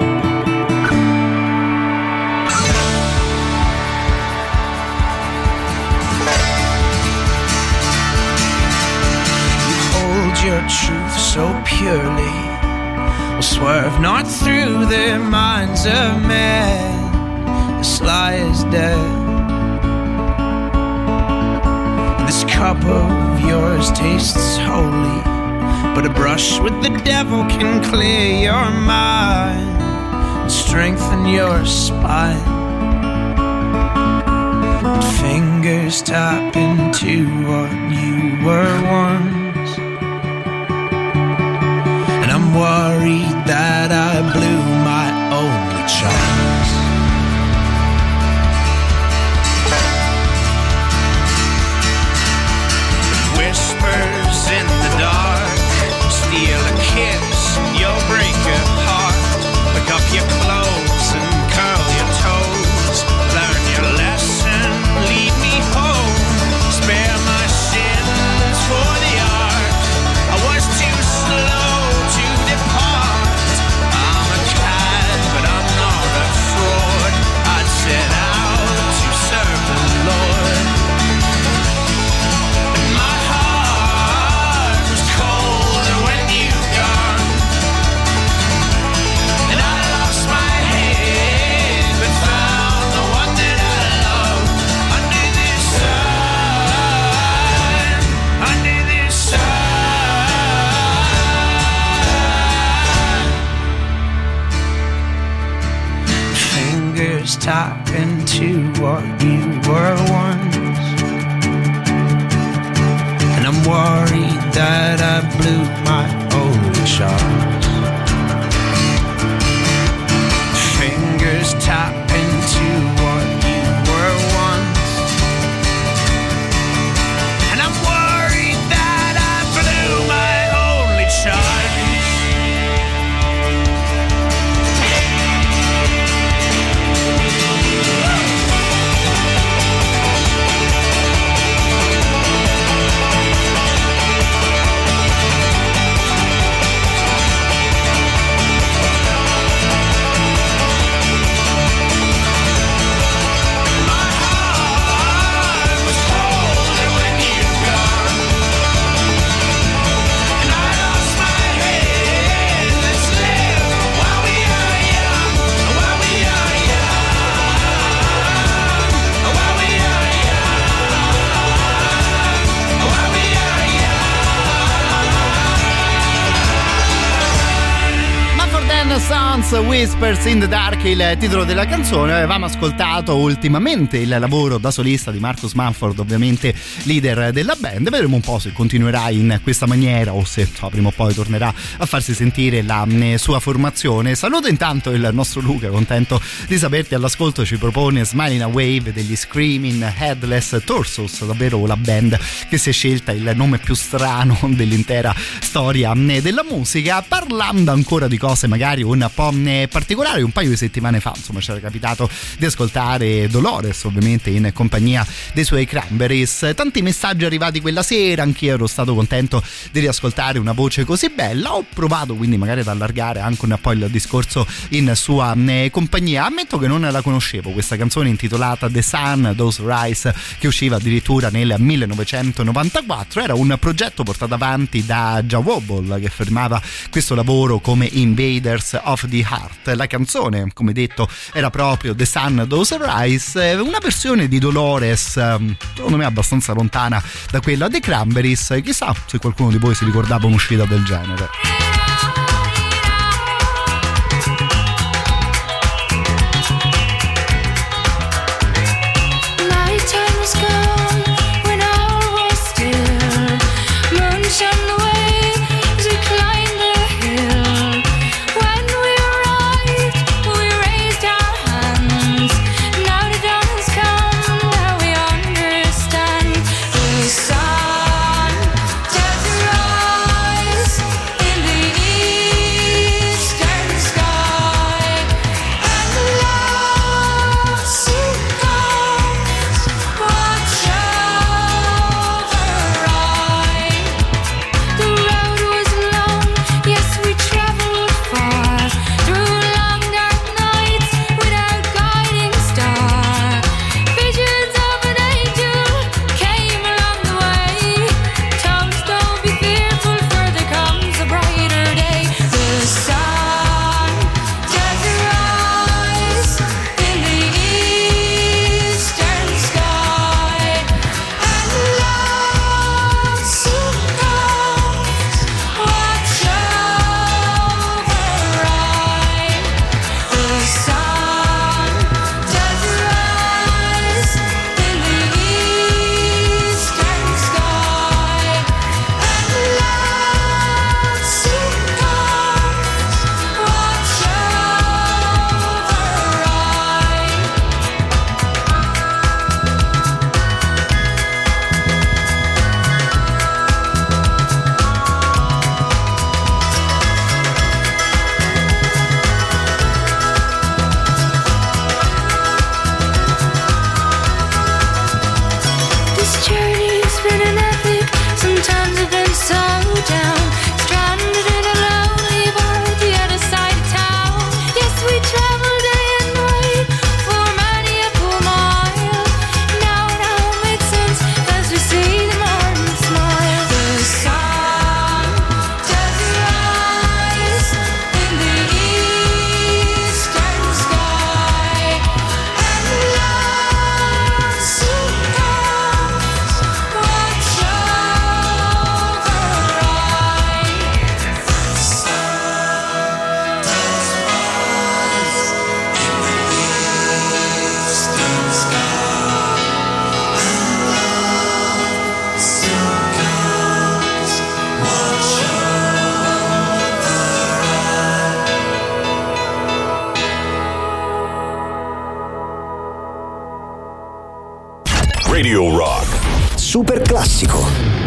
Your truth so purely will swerve not through the minds of men. This lie is dead. This cup of yours tastes holy, but a brush with the devil can clear your mind and strengthen your spine. And fingers tap into what you were once. I'm worried that I blew my only chance. Whispers in the dark, steal a kiss, you'll break apart. Pick up your clothes and curl your toes. Learn your lesson, lead me home. Spare my sins for the art. I was too slow. Tap into what you were once. And I'm worried that I blew my only chance. Fingers tap into what you were once. And I'm worried that I blew my only chance. Sons, Whispers in the Dark, il titolo della canzone. Avevamo ascoltato ultimamente il lavoro da solista di Marcus Mumford, ovviamente leader della band. Vedremo un po' se continuerà in questa maniera o se prima o poi tornerà a farsi sentire la sua formazione. Saluto intanto il nostro Luca, contento di saperti all'ascolto. Ci propone Smiling a Wave degli Screaming Headless Torsos, davvero la band che si è scelta il nome più strano dell'intera storia della musica. Parlando ancora di cose magari un po' particolari, un paio di settimane fa insomma ci era capitato di ascoltare Dolores, ovviamente in compagnia dei suoi Cranberries. Tanti messaggi arrivati quella sera, anch'io ero stato contento di riascoltare una voce così bella. Ho provato quindi magari ad allargare anche un po' il discorso in sua compagnia. Ammetto che non la conoscevo questa canzone intitolata The Sun Does Rise, che usciva addirittura nel 1994. Era un progetto portato avanti da Jah Wobble, che firmava questo lavoro come Invaders Piece of the Heart. La canzone, come detto, era proprio The Sun Does Rise, una versione di Dolores secondo me abbastanza lontana da quella dei Cranberries. Chissà se qualcuno di voi si ricordava un'uscita del genere. Radio Rock. Super classico.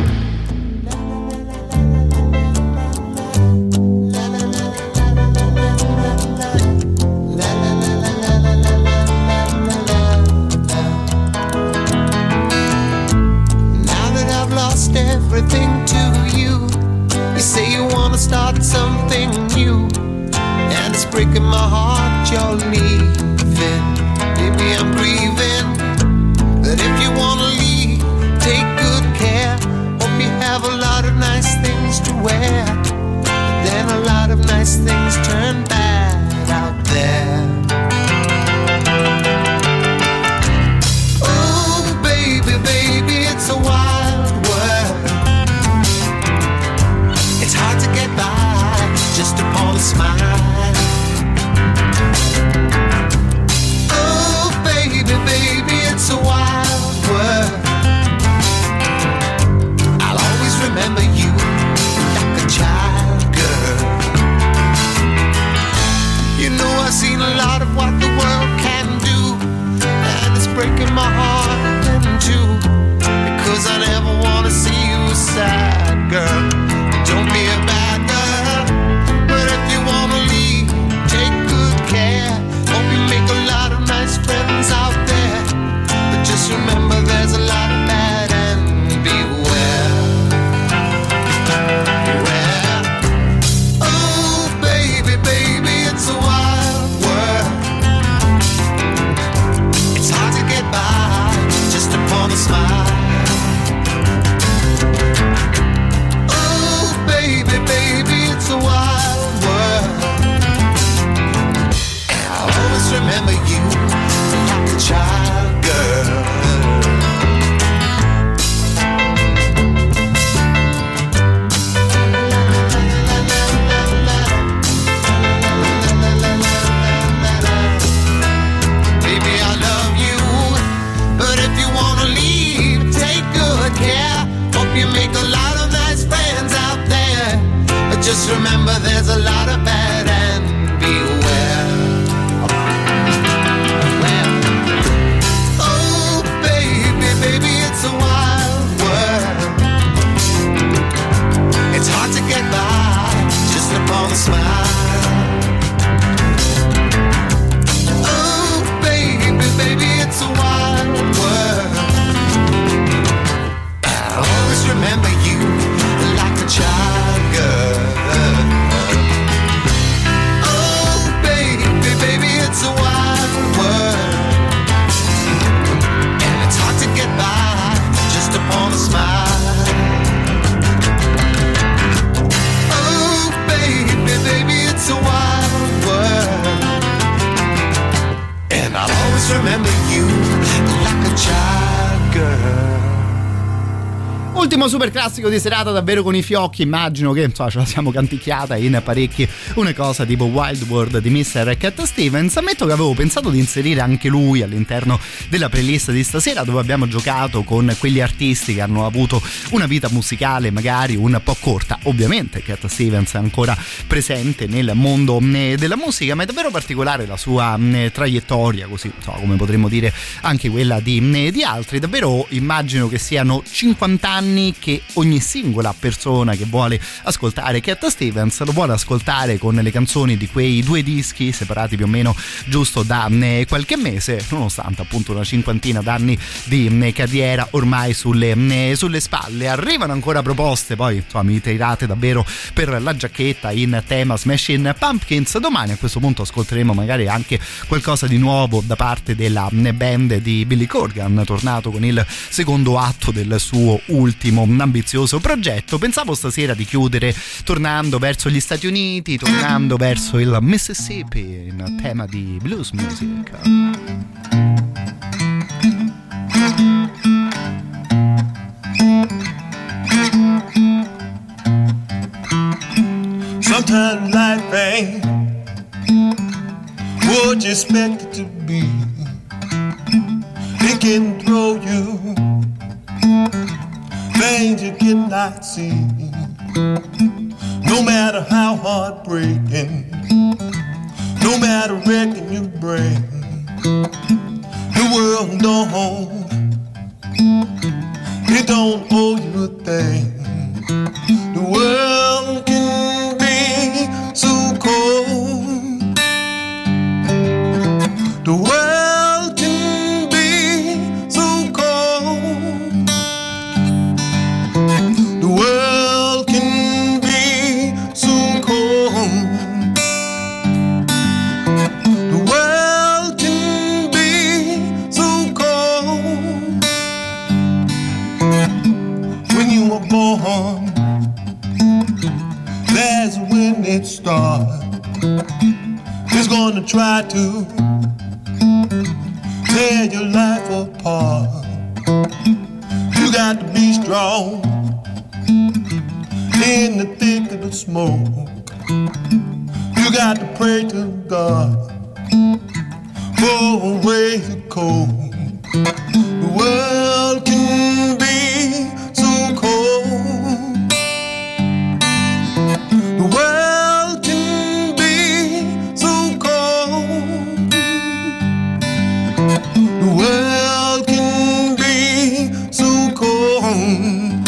Everything to you. You say you wanna start something new, and it's breaking my heart you're leaving. Maybe I'm grieving, but if you wanna leave, take good care. Hope you have a lot of nice things to wear, but then a lot of nice things turn bad out there. Oh baby, baby, it's a wild world. It's hard to get by just upon a smile. Oh baby, baby, it's a wild world. I'll always remember you like a child, girl. You know I've seen a lot of what the world can do, and it's breaking my heart in two, because I never wanna see you sad, girl. Don't be a bad girl, but if you wanna leave, take good care. Hope you make a lot of nice friends out there, but just remember there's a lot of bad and beware. Beware. Oh baby, baby, it's a wild world. It's hard to get by just upon a smile. Just remember there's a lot of bad and beware. Oh baby, baby, it's a wild world. It's hard to get by just upon a smile. Oh baby, baby, it's a wild world. I'll always remember you like a child girl. Oh baby, baby, it's a wild world. And it's hard to get by just upon a smile. Oh baby, baby, it's a wild world. And I'll always remember you like a child girl. Ultimo super classico di serata, davvero con i fiocchi. Immagino che insomma ce la siamo canticchiata in parecchi. Una cosa tipo Wild World di Mr. Cat Stevens. Ammetto che avevo pensato di inserire anche lui all'interno della playlist di stasera, dove abbiamo giocato con quegli artisti che hanno avuto una vita musicale magari un po' corta. Ovviamente Cat Stevens è ancora presente nel mondo della musica, ma è davvero particolare la sua traiettoria, così insomma, come potremmo dire anche quella di altri. Davvero immagino che siano 50 anni che ogni singola persona che vuole ascoltare Cat Stevens lo vuole ascoltare con le canzoni di quei due dischi separati più o meno giusto da qualche mese, nonostante appunto una cinquantina d'anni di carriera ormai sulle spalle. Arrivano ancora proposte, poi insomma mi tirate davvero per la giacchetta in tema Smashing Pumpkins. Domani a questo punto ascolteremo magari anche qualcosa di nuovo da parte della band di Billy Corgan, tornato con il secondo atto del suo ultimo ambizioso progetto. Pensavo stasera di chiudere tornando verso gli Stati Uniti, tornando verso il Mississippi in tema di blues music. Sometimes life ain't what you expect it to be. It can throw you things you cannot see. No matter how heartbreaking, no matter wrecking you bring, the world don't owe you a thing. The world can be so cold. The world can be so cold. The world can be so cold. The world can be so cold. When you were born, that's when it starts. It's gonna try to tear your life apart. You got to be strong in the thick of the smoke. You got to pray to God for a way to cope. The world can be so cold. The world can be so cold. The world can be so cold.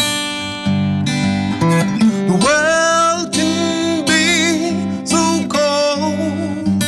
The world can be so cold.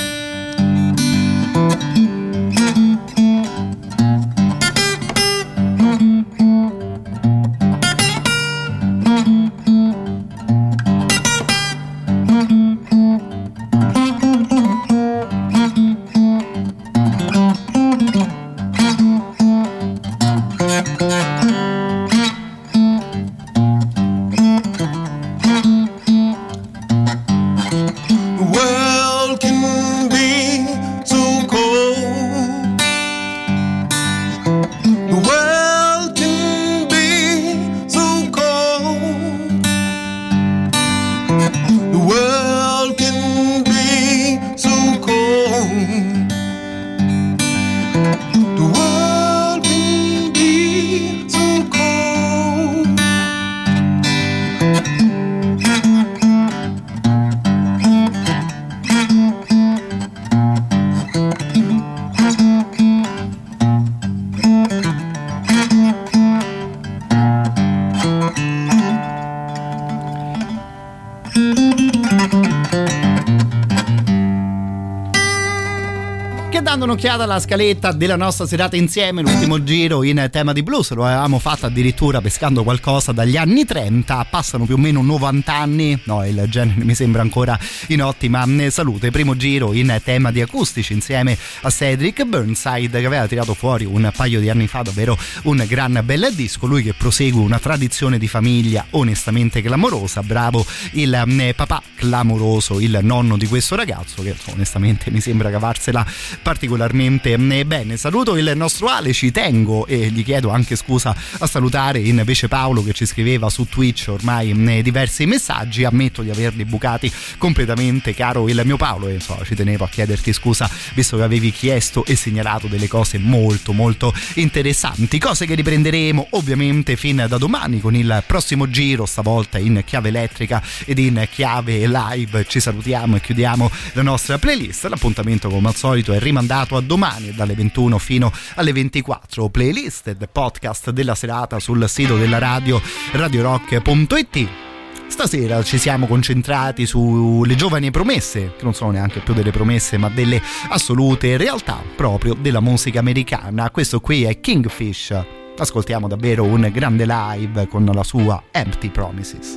dando un'occhiata alla scaletta della nostra serata insieme, l'ultimo giro in tema di blues lo avevamo fatto addirittura pescando qualcosa dagli anni 30, passano più o meno 90 anni, no, il genere mi sembra ancora in ottima salute. Primo giro in tema di acustici insieme a Cedric Burnside, che aveva tirato fuori un paio di anni fa davvero un gran bel disco, lui che prosegue una tradizione di famiglia onestamente clamorosa, bravo il papà clamoroso, il nonno di questo ragazzo che onestamente mi sembra cavarsela particolarmente bene. Saluto il nostro Ale, ci tengo e gli chiedo anche scusa a salutare invece Paolo che ci scriveva su Twitch ormai diversi messaggi, ammetto di averli bucati completamente, caro il mio Paolo, e insomma ci tenevo a chiederti scusa visto che avevi chiesto e segnalato delle cose molto molto interessanti, cose che riprenderemo ovviamente fin da domani con il prossimo giro, stavolta in chiave elettrica ed in chiave live. Ci salutiamo e chiudiamo la nostra playlist. L'appuntamento come al solito è rimandato a domani dalle 21 fino alle 24. Playlist ed podcast della serata sul sito della radio radiorock.it. Stasera ci siamo concentrati sulle giovani promesse, che non sono neanche più delle promesse ma delle assolute realtà proprio della musica americana. Questo qui è Kingfish, ascoltiamo davvero un grande live con la sua Empty Promises.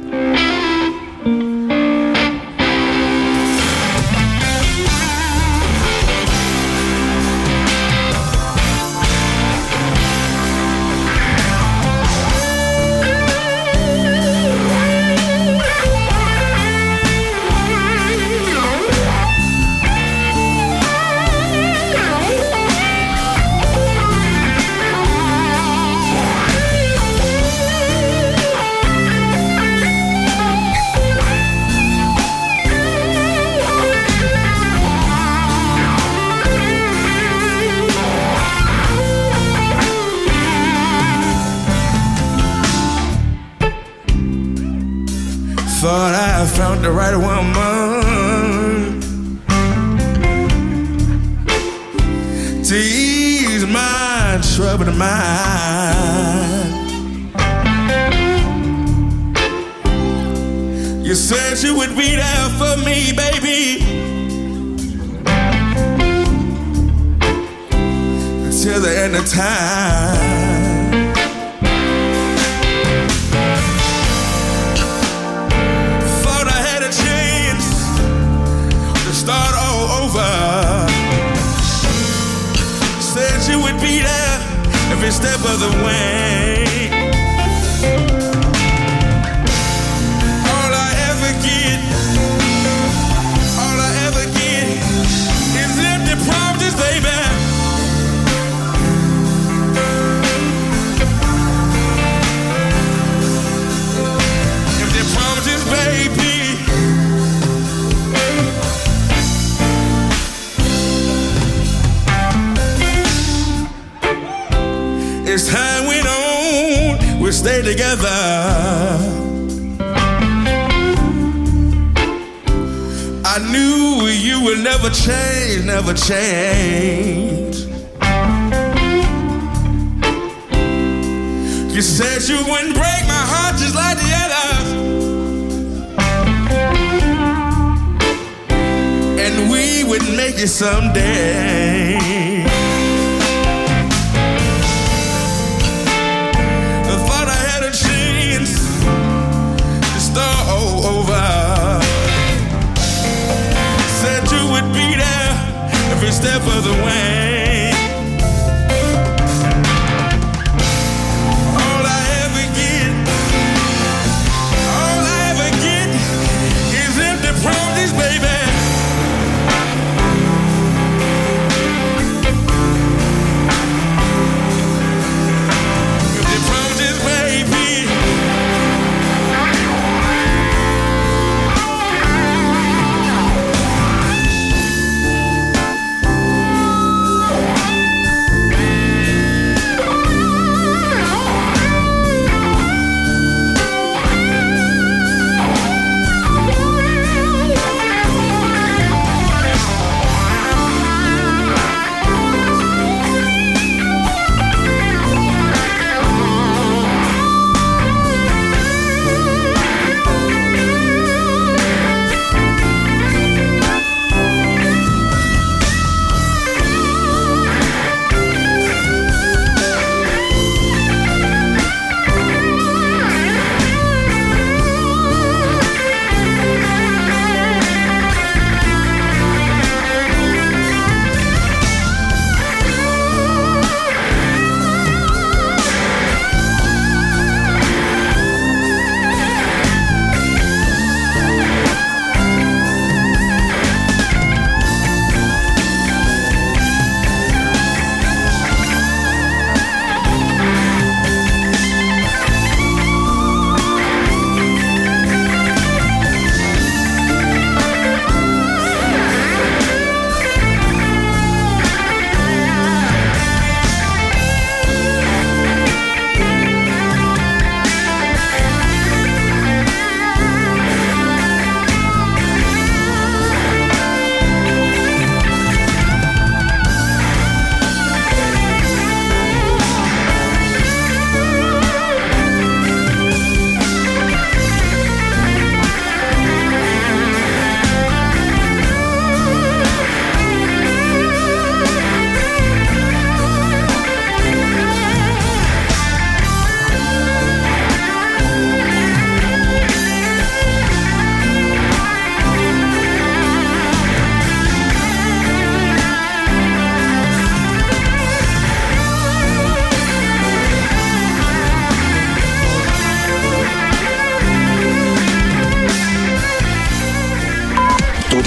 Thought I found the right woman to ease my troubled mind. You said you would be there for me, baby, till the end of time. Start all over. Said you would be there every step of the way. All I ever get is empty promises, baby. Empty promises, baby. As time went on, we'll stay together. I knew you would never change, never change. You said you wouldn't break my heart just like the others, and we would make it someday. Start all over. Said you would be there every step of the way. All I ever get is empty promises, baby.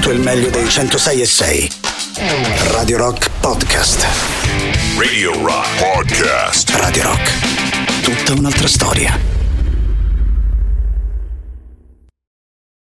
tutto il meglio dei 106.6. Radio Rock Podcast. Radio Rock Podcast. Radio Rock. Tutta un'altra storia.